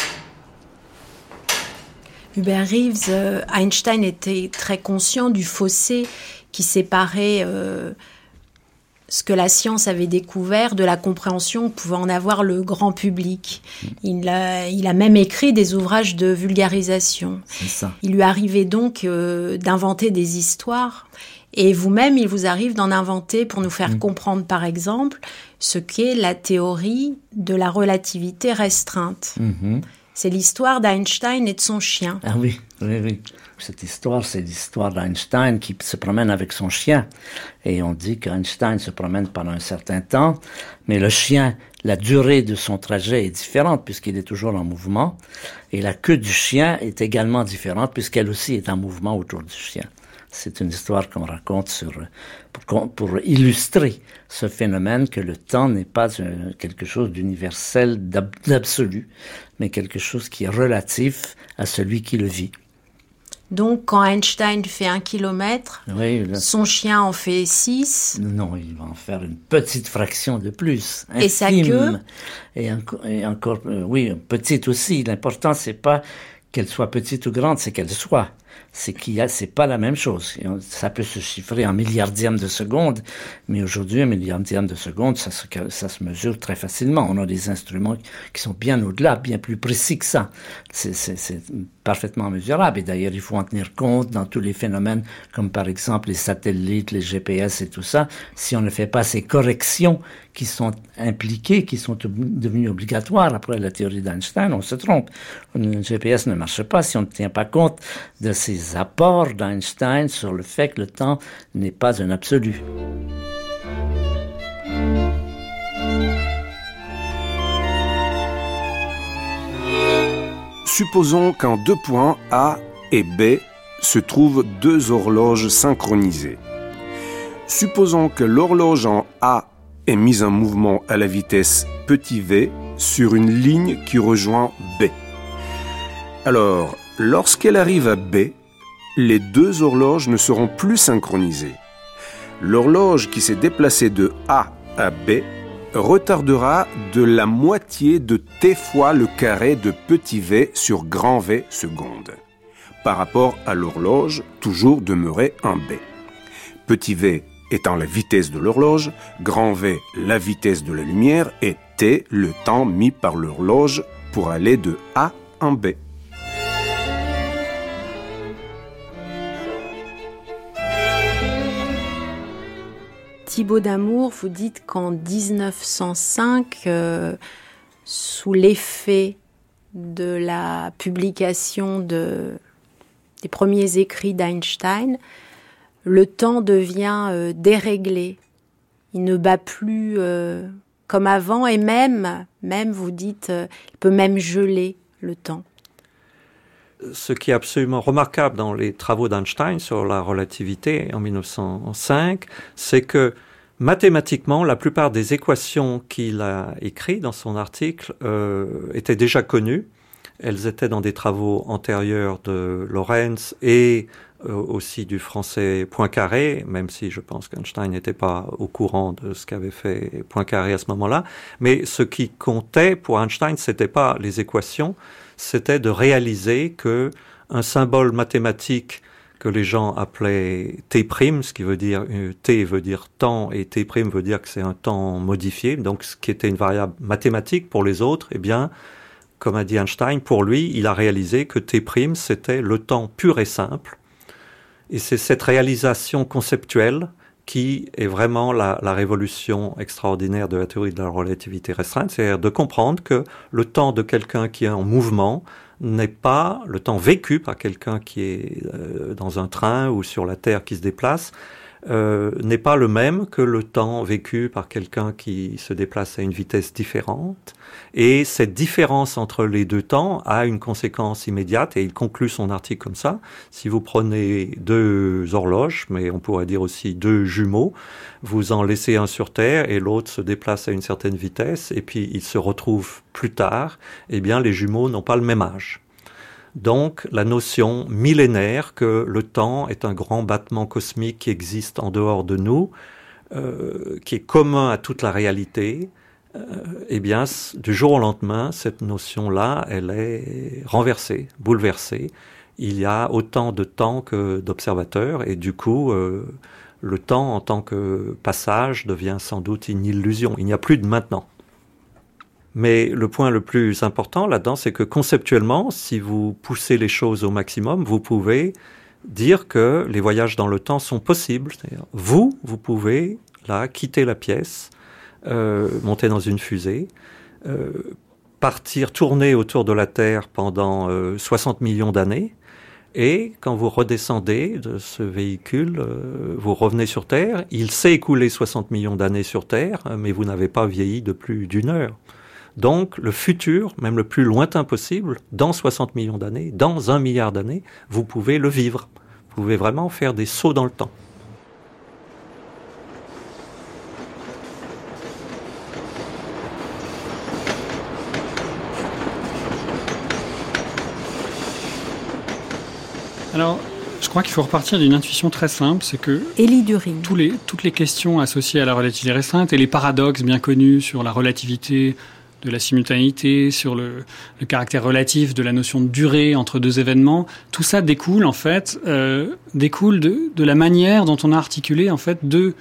Hubert Reeves, euh, Einstein était très conscient du fossé qui séparait euh, ce que la science avait découvert de la compréhension que pouvait en avoir le grand public. Il a, il a même écrit des ouvrages de vulgarisation. C'est ça. Il lui arrivait donc euh, d'inventer des histoires. Et vous-même, il vous arrive d'en inventer pour nous faire mmh. comprendre, par exemple, ce qu'est la théorie de la relativité restreinte. Mmh. C'est l'histoire d'Einstein et de son chien. Ah oui, oui, oui. Cette histoire, c'est l'histoire d'Einstein qui se promène avec son chien. Et on dit qu'Einstein se promène pendant un certain temps, mais le chien, la durée de son trajet est différente puisqu'il est toujours en mouvement. Et la queue du chien est également différente puisqu'elle aussi est en mouvement autour du chien. C'est une histoire qu'on raconte sur, pour, pour illustrer ce phénomène que le temps n'est pas un, quelque chose d'universel, d'ab, d'absolu, mais quelque chose qui est relatif à celui qui le vit. Donc, quand Einstein fait un kilomètre, oui, là, son chien en fait six. Non, il va en faire une petite fraction de plus. Et sa queue et, enco- et encore, euh, oui, petite aussi. L'important, c'est pas qu'elle soit petite ou grande, c'est qu'elle soit. C'est qu'il y a, c'est pas la même chose. Ça peut se chiffrer en milliardième de seconde, mais aujourd'hui, un milliardième de seconde, ça se, ça se mesure très facilement. On a des instruments qui sont bien au-delà, bien plus précis que ça. C'est, c'est, c'est parfaitement mesurable. Et d'ailleurs, il faut en tenir compte dans tous les phénomènes, comme par exemple les satellites, les G P S et tout ça. Si on ne fait pas ces corrections qui sont impliquées, qui sont devenues obligatoires après la théorie d'Einstein, on se trompe. Un G P S ne marche pas si on ne tient pas compte de ces apports d'Einstein sur le fait que le temps n'est pas un absolu. Supposons qu'en deux points A et B se trouvent deux horloges synchronisées. Supposons que l'horloge en A est mise en mouvement à la vitesse petit v sur une ligne qui rejoint B. Alors, lorsqu'elle arrive à B, les deux horloges ne seront plus synchronisées. L'horloge qui s'est déplacée de A à B retardera de la moitié de t fois le carré de petit v sur grand V seconde, par rapport à l'horloge toujours demeurée en B. Petit v étant la vitesse de l'horloge, grand V la vitesse de la lumière et t le temps mis par l'horloge pour aller de A en B. Thibaut Damour, vous dites qu'en dix-neuf cent cinq, euh, sous l'effet de la publication de, des premiers écrits d'Einstein, le temps devient euh, déréglé. Il ne bat plus euh, comme avant et même, même vous dites, euh, il peut même geler le temps. Ce qui est absolument remarquable dans les travaux d'Einstein sur la relativité en dix-neuf cent cinq, c'est que mathématiquement, la plupart des équations qu'il a écrites dans son article euh, étaient déjà connues. Elles étaient dans des travaux antérieurs de Lorentz et euh, aussi du français Poincaré, même si je pense qu'Einstein n'était pas au courant de ce qu'avait fait Poincaré à ce moment-là. Mais ce qui comptait pour Einstein, c'était pas les équations, c'était de réaliser que un symbole mathématique que les gens appelaient T', ce qui veut dire, T veut dire temps et T' veut dire que c'est un temps modifié, donc ce qui était une variable mathématique pour les autres, eh bien, comme a dit Einstein, pour lui, il a réalisé que T', c'était le temps pur et simple. Et c'est cette réalisation conceptuelle qui est vraiment la, la révolution extraordinaire de la théorie de la relativité restreinte, c'est-à-dire de comprendre que le temps de quelqu'un qui est en mouvement n'est pas le temps vécu par quelqu'un qui est euh, dans un train ou sur la Terre qui se déplace, euh, n'est pas le même que le temps vécu par quelqu'un qui se déplace à une vitesse différente. Et cette différence entre les deux temps a une conséquence immédiate, et il conclut son article comme ça. Si vous prenez deux horloges, mais on pourrait dire aussi deux jumeaux, vous en laissez un sur Terre et l'autre se déplace à une certaine vitesse, et puis ils se retrouvent plus tard, eh bien les jumeaux n'ont pas le même âge. Donc, la notion millénaire que le temps est un grand battement cosmique qui existe en dehors de nous, euh, qui est commun à toute la réalité, euh, eh bien, du jour au lendemain, cette notion-là, elle est renversée, bouleversée. Il y a autant de temps que d'observateurs, et du coup, euh, le temps en tant que passage devient sans doute une illusion. Il n'y a plus de maintenant. Mais le point le plus important là-dedans, c'est que conceptuellement, si vous poussez les choses au maximum, vous pouvez dire que les voyages dans le temps sont possibles. C'est-à-dire, vous, vous pouvez, là, quitter la pièce, euh, monter dans une fusée, euh, partir tourner autour de la Terre pendant euh, soixante millions d'années, et quand vous redescendez de ce véhicule, euh, vous revenez sur Terre. Il s'est écoulé soixante millions d'années sur Terre, mais vous n'avez pas vieilli de plus d'une heure. Donc, le futur, même le plus lointain possible, dans soixante millions d'années, dans un milliard d'années, vous pouvez le vivre. Vous pouvez vraiment faire des sauts dans le temps. Alors, je crois qu'il faut repartir d'une intuition très simple, c'est que Élie During. Tous les, toutes les questions associées à la relativité restreinte et les paradoxes bien connus sur la relativité de la simultanéité, sur le, le caractère relatif de la notion de durée entre deux événements, tout ça découle en fait, euh, découle de, de la manière dont on a articulé en fait deux,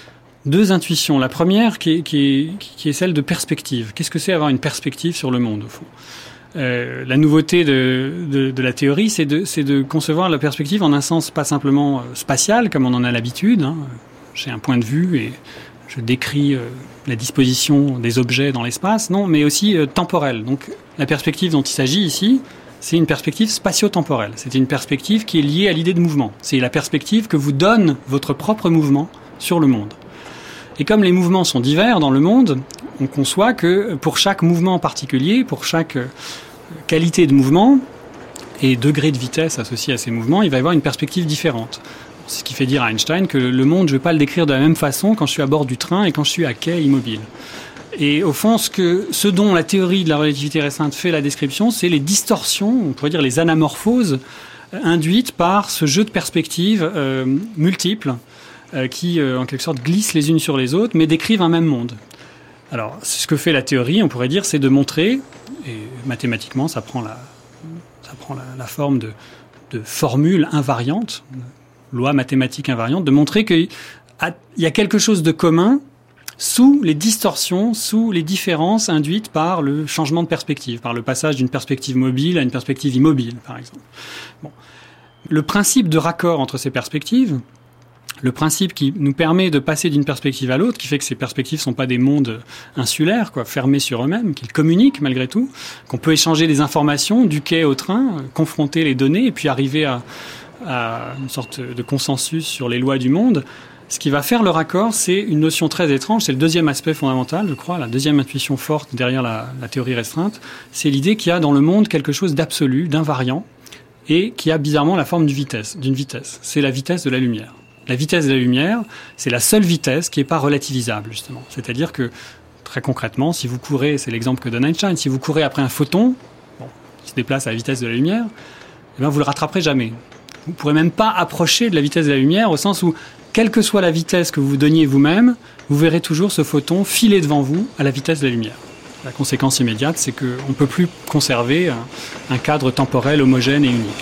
deux intuitions. La première qui est, qui est, qui est celle de perspective. Qu'est-ce que c'est avoir une perspective sur le monde au fond ? Euh, la nouveauté de, de, de la théorie, c'est de, c'est de concevoir la perspective en un sens pas simplement spatial comme on en a l'habitude. Hein. J'ai un point de vue et je décris euh, la disposition des objets dans l'espace, non, mais aussi euh, temporelle. Donc la perspective dont il s'agit ici, c'est une perspective spatio-temporelle. C'est une perspective qui est liée à l'idée de mouvement. C'est la perspective que vous donne votre propre mouvement sur le monde. Et comme les mouvements sont divers dans le monde, on conçoit que pour chaque mouvement particulier, pour chaque euh, qualité de mouvement et degré de vitesse associé à ces mouvements, il va y avoir une perspective différente. C'est ce qui fait dire à Einstein que le monde, je ne vais pas le décrire de la même façon quand je suis à bord du train et quand je suis à quai immobile. Et au fond, ce, que, ce dont la théorie de la relativité restreinte fait la description, c'est les distorsions, on pourrait dire les anamorphoses, induites par ce jeu de perspectives euh, multiples euh, qui, euh, en quelque sorte, glissent les unes sur les autres, mais décrivent un même monde. Alors, ce que fait la théorie, on pourrait dire, c'est de montrer, et mathématiquement, ça prend la, ça prend la, la forme de, de formules invariantes, loi mathématique invariante, de montrer qu'il y a quelque chose de commun sous les distorsions, sous les différences induites par le changement de perspective, par le passage d'une perspective mobile à une perspective immobile, par exemple. Bon. Le principe de raccord entre ces perspectives, le principe qui nous permet de passer d'une perspective à l'autre, qui fait que ces perspectives ne sont pas des mondes insulaires, quoi, fermés sur eux-mêmes, qu'ils communiquent malgré tout, qu'on peut échanger des informations du quai au train, confronter les données et puis arriver à, à une sorte de consensus sur les lois du monde. Ce qui va faire le raccord, c'est une notion très étrange, c'est le deuxième aspect fondamental, je crois, la deuxième intuition forte derrière la, la théorie restreinte, c'est l'idée qu'il y a dans le monde quelque chose d'absolu, d'invariant, et qui a bizarrement la forme d'une vitesse, d'une vitesse. C'est la vitesse de la lumière. La vitesse de la lumière, c'est la seule vitesse qui n'est pas relativisable, justement. C'est-à-dire que, très concrètement, si vous courez, c'est l'exemple que donne Einstein, si vous courez après un photon, bon, qui se déplace à la vitesse de la lumière, eh bien, vous ne le rattraperez jamais. Vous ne pourrez même pas approcher de la vitesse de la lumière, au sens où, quelle que soit la vitesse que vous vous donniez vous-même, vous verrez toujours ce photon filer devant vous à la vitesse de la lumière. La conséquence immédiate, c'est qu'on ne peut plus conserver un, un cadre temporel homogène et unique.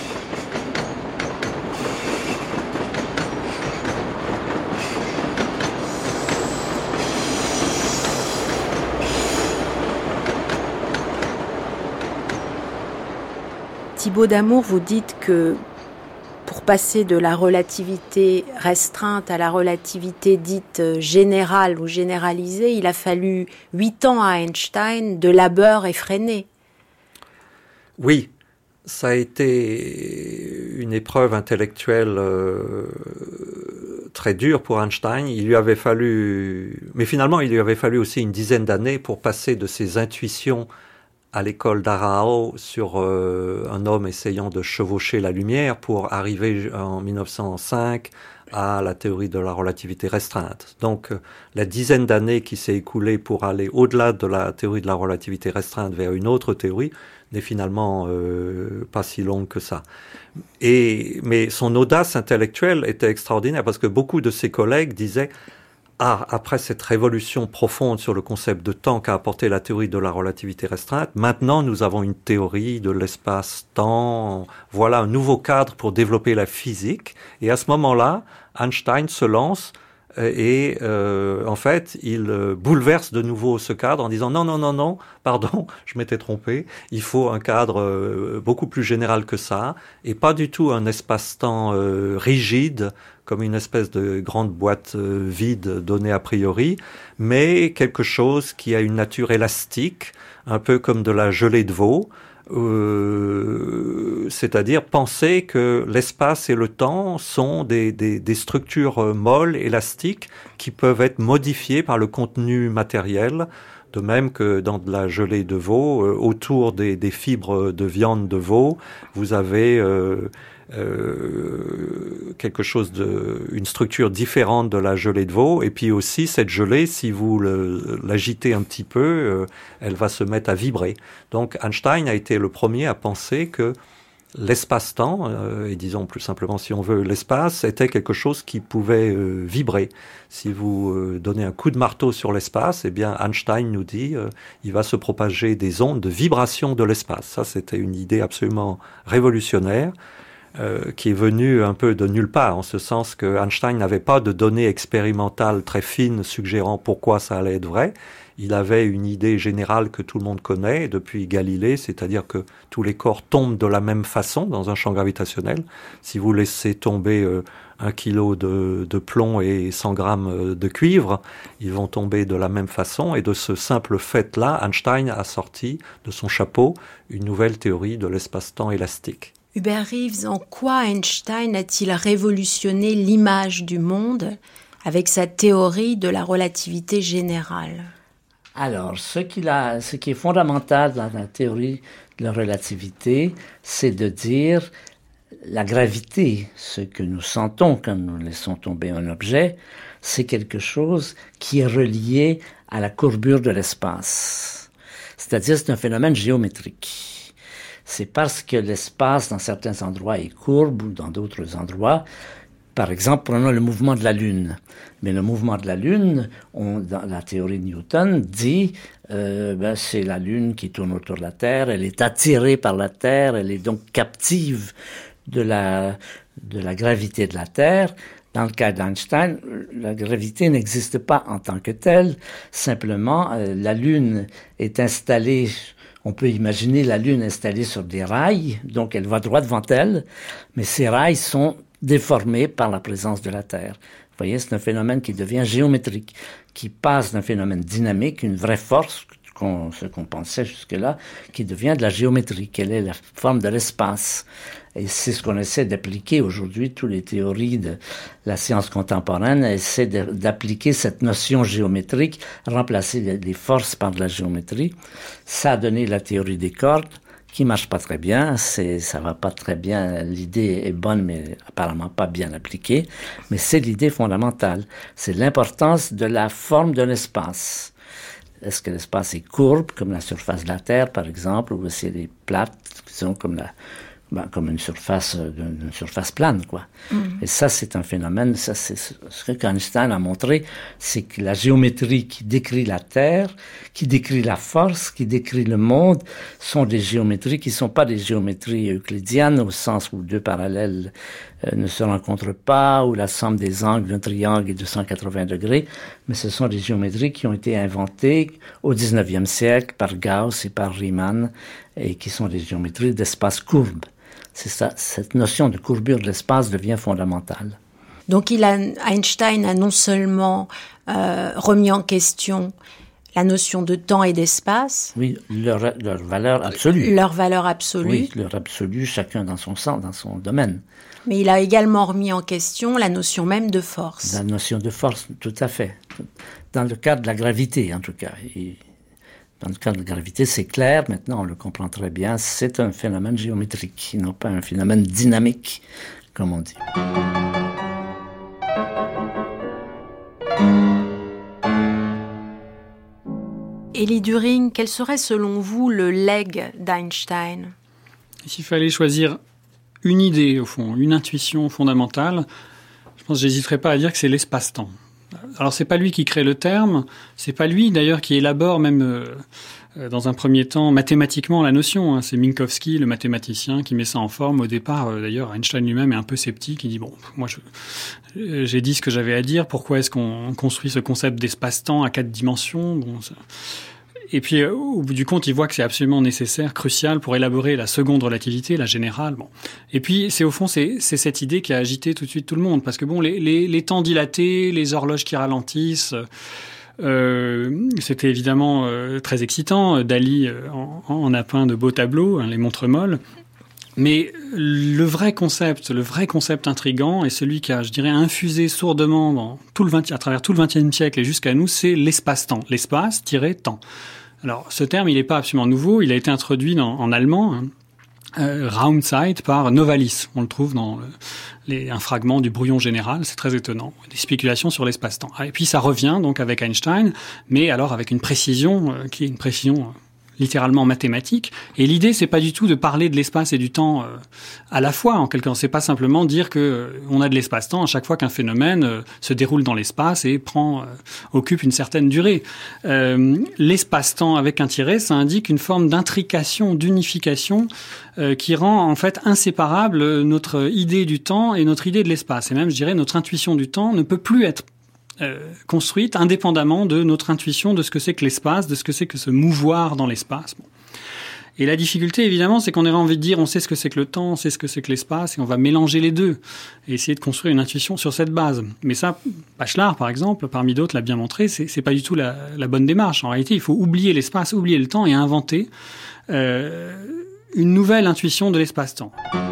Thibaut Damour, vous dites que pour passer de la relativité restreinte à la relativité dite générale ou généralisée, il a fallu huit ans à Einstein de labeur effréné. Oui, ça a été une épreuve intellectuelle euh, très dure pour Einstein. Il lui avait fallu, mais finalement, il lui avait fallu aussi une dizaine d'années pour passer de ses intuitions à l'école d'Arao sur euh, un homme essayant de chevaucher la lumière pour arriver en mille neuf cent cinq à la théorie de la relativité restreinte. Donc euh, la dizaine d'années qui s'est écoulée pour aller au-delà de la théorie de la relativité restreinte vers une autre théorie n'est finalement euh, pas si longue que ça. Et, mais son audace intellectuelle était extraordinaire parce que beaucoup de ses collègues disaient Ah, après cette révolution profonde sur le concept de temps qu'a apporté la théorie de la relativité restreinte, maintenant nous avons une théorie de l'espace-temps, voilà un nouveau cadre pour développer la physique. Et à ce moment-là, Einstein se lance et euh, en fait, il bouleverse de nouveau ce cadre en disant non, non, non, non, pardon, je m'étais trompé, il faut un cadre euh, beaucoup plus général que ça, et pas du tout un espace-temps euh, rigide, comme une espèce de grande boîte euh, vide donnée a priori, mais quelque chose qui a une nature élastique, un peu comme de la gelée de veau, Euh, c'est-à-dire penser que l'espace et le temps sont des, des, des structures molles, élastiques, qui peuvent être modifiées par le contenu matériel, de même que dans de la gelée de veau, euh, autour des, des fibres de viande de veau, vous avez euh, euh, quelque chose de, une structure différente de la gelée de veau, et puis aussi cette gelée, si vous le, l'agitez un petit peu, euh, elle va se mettre à vibrer. Donc Einstein a été le premier à penser que l'espace-temps, euh, et disons plus simplement si on veut l'espace, était quelque chose qui pouvait euh, vibrer. Si vous euh, donnez un coup de marteau sur l'espace, eh bien Einstein nous dit euh, il va se propager des ondes de vibration de l'espace. Ça, c'était une idée absolument révolutionnaire. Euh, qui est venu un peu de nulle part, en ce sens que Einstein n'avait pas de données expérimentales très fines suggérant pourquoi ça allait être vrai. Il avait une idée générale que tout le monde connaît depuis Galilée, c'est-à-dire que tous les corps tombent de la même façon dans un champ gravitationnel. Si vous laissez tomber euh, un kilo de, de plomb et cent grammes de cuivre, ils vont tomber de la même façon. Et de ce simple fait-là, Einstein a sorti de son chapeau une nouvelle théorie de l'espace-temps élastique. Hubert Reeves, en quoi Einstein a-t-il révolutionné l'image du monde avec sa théorie de la relativité générale ? Alors, ce, qu'il a, ce qui est fondamental dans la théorie de la relativité, c'est de dire la gravité, ce que nous sentons quand nous laissons tomber un objet, c'est quelque chose qui est relié à la courbure de l'espace. C'est-à-dire, c'est un phénomène géométrique. C'est parce que l'espace, dans certains endroits, est courbe ou dans d'autres endroits. Par exemple, prenons le mouvement de la Lune. Mais le mouvement de la Lune, on, dans la théorie de Newton, dit euh, ben, c'est la Lune qui tourne autour de la Terre, elle est attirée par la Terre, elle est donc captive de la, de la gravité de la Terre. Dans le cas d'Einstein, la gravité n'existe pas en tant que telle. Simplement, euh, la Lune est installée... On peut imaginer la Lune installée sur des rails, donc elle va droit devant elle, mais ces rails sont déformés par la présence de la Terre. Vous voyez, c'est un phénomène qui devient géométrique, qui passe d'un phénomène dynamique, une vraie force, qu'on, ce qu'on pensait jusque-là, qui devient de la géométrie. Quelle est la forme de l'espace? Et c'est ce qu'on essaie d'appliquer aujourd'hui. Toutes les théories de la science contemporaine essaient de, d'appliquer cette notion géométrique, remplacer les, les forces par de la géométrie. Ça a donné la théorie des cordes, qui marche pas très bien, c'est, ça va pas très bien, l'idée est bonne, mais apparemment pas bien appliquée, mais c'est l'idée fondamentale, c'est l'importance de la forme de l'espace. Est-ce que l'espace est courbe, comme la surface de la Terre, par exemple, ou est-ce qu'elle est plate, disons, comme la, ben, comme une surface, une surface plane, quoi. Mm. Et ça, c'est un phénomène, ça, c'est ce qu'Einstein a montré, c'est que la géométrie qui décrit la Terre, qui décrit la force, qui décrit le monde, sont des géométries qui ne sont pas des géométries euclidiennes, au sens où deux parallèles euh, ne se rencontrent pas, ou la somme des angles d'un triangle est de cent quatre-vingts degrés, mais ce sont des géométries qui ont été inventées au dix-neuvième siècle par Gauss et par Riemann, et qui sont des géométries d'espace courbe. C'est ça, cette notion de courbure de l'espace devient fondamentale. Donc il a, Einstein a non seulement euh, remis en question la notion de temps et d'espace. Oui, leur, leur valeur absolue. Leur valeur absolue. Oui, leur absolue, chacun dans son sens, dans son domaine. Mais il a également remis en question la notion même de force. La notion de force, tout à fait. Dans le cadre de la gravité, en tout cas. Et dans le cas de la gravité, c'est clair, maintenant on le comprend très bien, c'est un phénomène géométrique, non pas un phénomène dynamique, comme on dit. Élie During, quel serait selon vous le legs d'Einstein? S'il fallait choisir une idée, au fond, une intuition fondamentale, je pense que j'hésiterais pas à dire que c'est l'espace-temps. Alors c'est pas lui qui crée le terme, c'est pas lui d'ailleurs qui élabore même euh, dans un premier temps mathématiquement la notion. Hein. C'est Minkowski, le mathématicien, qui met ça en forme. Au départ, euh, d'ailleurs, Einstein lui-même est un peu sceptique. Il dit bon, moi je, euh, j'ai dit ce que j'avais à dire. Pourquoi est-ce qu'on construit ce concept d'espace-temps à quatre dimensions? Bon, ça... Et puis, euh, au bout du compte, il voit que c'est absolument nécessaire, crucial pour élaborer la seconde relativité, la générale. Bon. Et puis, c'est au fond, c'est, c'est cette idée qui a agité tout de suite tout le monde. Parce que bon, les, les, les temps dilatés, les horloges qui ralentissent, euh, c'était évidemment euh, très excitant. Dali euh, en, en a peint de beaux tableaux, hein, les montres molles. Mais le vrai concept, le vrai concept intrigant, et celui qui a, je dirais, infusé sourdement dans tout le vingtième, à travers tout le vingtième siècle et jusqu'à nous, c'est l'espace-temps. L'espace-temps. Alors, ce terme, il n'est pas absolument nouveau. Il a été introduit dans, en allemand, hein, euh, Raumzeit, par Novalis. On le trouve dans le, les, un fragment du Brouillon général. C'est très étonnant. Des spéculations sur l'espace-temps. Et puis, ça revient donc avec Einstein, mais alors avec une précision euh, qui est une précision... Euh, littéralement mathématique. Et l'idée, c'est pas du tout de parler de l'espace et du temps euh, à la fois, en quelque sorte. C'est pas simplement dire que euh, on a de l'espace-temps à chaque fois qu'un phénomène euh, se déroule dans l'espace et prend, euh, occupe une certaine durée. Euh, l'espace-temps avec un tiret, ça indique une forme d'intrication, d'unification euh, qui rend en fait inséparable notre idée du temps et notre idée de l'espace. Et même, je dirais, notre intuition du temps ne peut plus être Euh, construite indépendamment de notre intuition de ce que c'est que l'espace, de ce que c'est que se mouvoir dans l'espace. Bon. Et la difficulté, évidemment, c'est qu'on aurait envie de dire on sait ce que c'est que le temps, on sait ce que c'est que l'espace, et on va mélanger les deux et essayer de construire une intuition sur cette base. Mais ça, Bachelard, par exemple, parmi d'autres, l'a bien montré, c'est, c'est pas du tout la, la bonne démarche. En réalité, il faut oublier l'espace, oublier le temps et inventer euh, une nouvelle intuition de l'espace-temps.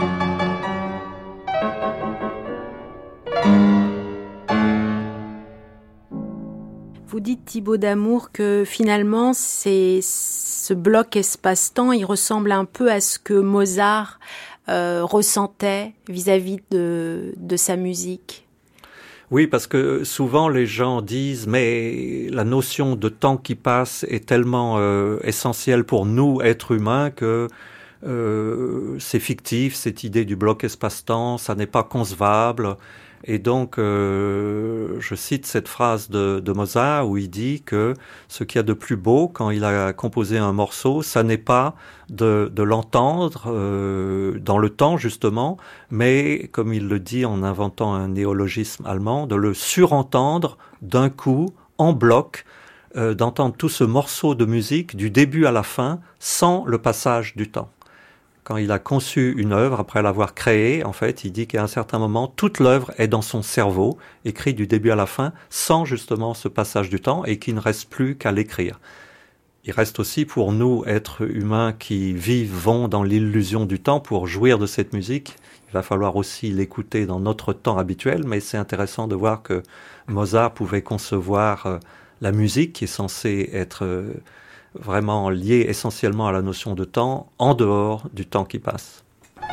Vous dites, Thibaut Damour, que finalement, c'est, ce bloc espace-temps, il ressemble un peu à ce que Mozart euh, ressentait vis-à-vis de, de sa musique. Oui, parce que souvent les gens disent, mais la notion de temps qui passe est tellement euh, essentielle pour nous, êtres humains, que euh, c'est fictif, cette idée du bloc espace-temps, ça n'est pas concevable. Et donc, euh, je cite cette phrase de, de Mozart où il dit que ce qu'il y a de plus beau quand il a composé un morceau, ça n'est pas de, de l'entendre euh, dans le temps justement, mais comme il le dit en inventant un néologisme allemand, de le surentendre d'un coup, en bloc, euh, d'entendre tout ce morceau de musique du début à la fin sans le passage du temps. quand il a conçu une œuvre, après l'avoir créée, en fait, il dit qu'à un certain moment, toute l'œuvre est dans son cerveau, écrite du début à la fin, sans justement ce passage du temps, et qu'il ne reste plus qu'à l'écrire. Il reste aussi pour nous, êtres humains qui vivons dans l'illusion du temps, pour jouir de cette musique, il va falloir aussi l'écouter dans notre temps habituel, mais c'est intéressant de voir que Mozart pouvait concevoir euh, la musique, qui est censée être... Euh, vraiment lié essentiellement à la notion de temps, en dehors du temps qui passe.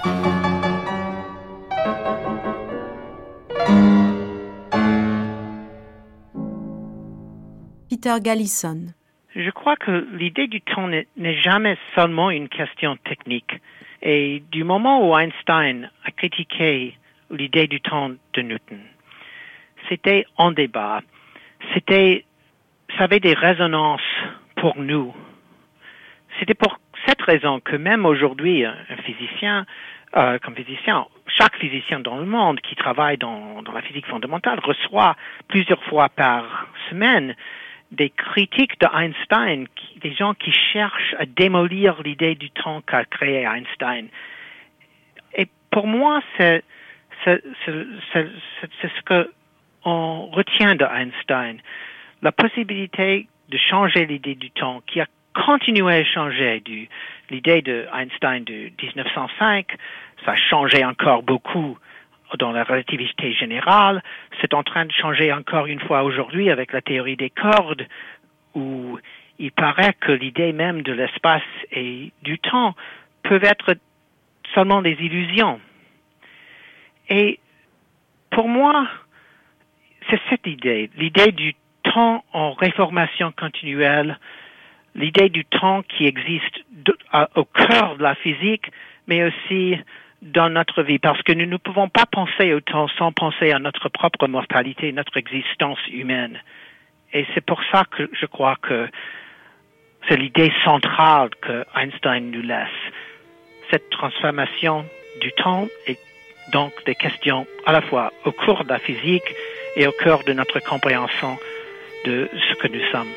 Peter Gallison. Je crois que l'idée du temps n'est, n'est jamais seulement une question technique. Et du moment où Einstein a critiqué l'idée du temps de Newton, c'était en débat. C'était, ça avait des résonances pour nous. C'était pour cette raison que même aujourd'hui, un physicien, euh, comme physicien, chaque physicien dans le monde qui travaille dans, dans la physique fondamentale reçoit plusieurs fois par semaine des critiques de Einstein, qui, des gens qui cherchent à démolir l'idée du temps qu'a créé Einstein. Et pour moi, c'est, c'est, c'est, c'est, c'est ce qu'on retient de Einstein. La possibilité de changer l'idée du temps, qui a continué à changer. Du, l'idée de Einstein de dix-neuf cent cinq, ça a changé encore beaucoup dans la relativité générale. C'est en train de changer encore une fois aujourd'hui avec la théorie des cordes, où il paraît que l'idée même de l'espace et du temps peuvent être seulement des illusions. Et pour moi, c'est cette idée, l'idée du temps en réformation continuelle, l'idée du temps qui existe de, à, au cœur de la physique, mais aussi dans notre vie, parce que nous ne pouvons pas penser au temps sans penser à notre propre mortalité, notre existence humaine. Et c'est pour ça que je crois que c'est l'idée centrale que Einstein nous laisse. Cette transformation du temps est donc des questions à la fois au cœur de la physique et au cœur de notre compréhension de ce que nous sommes.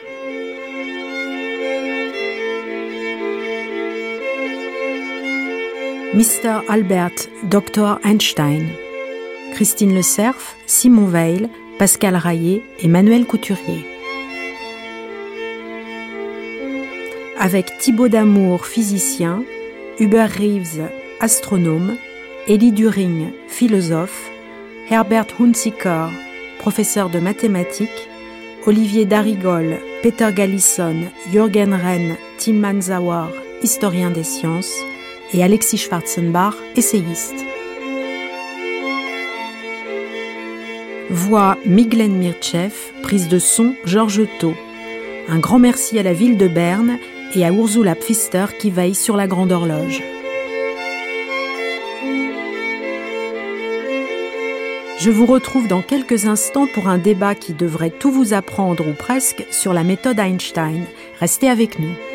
mister Albert Docteur Einstein. Christine Le Cerf, Simon Veil, Pascal Raillet et Manuel Couturier. Avec Thibaut Damour, physicien, Hubert Reeves, astronome, Elie During, philosophe, Herbert Hunziker, professeur de mathématiques, Olivier Darigol, Peter Gallison, Jürgen Renn, Tim Manzauer, historien des sciences, et Alexis Schwarzenbach, essayiste. Voix Miglen Mirtchev, prise de son Georges Thau. Un grand merci à la ville de Berne et à Ursula Pfister qui veille sur la grande horloge. Je vous retrouve dans quelques instants pour un débat qui devrait tout vous apprendre ou presque sur la méthode Einstein. Restez avec nous.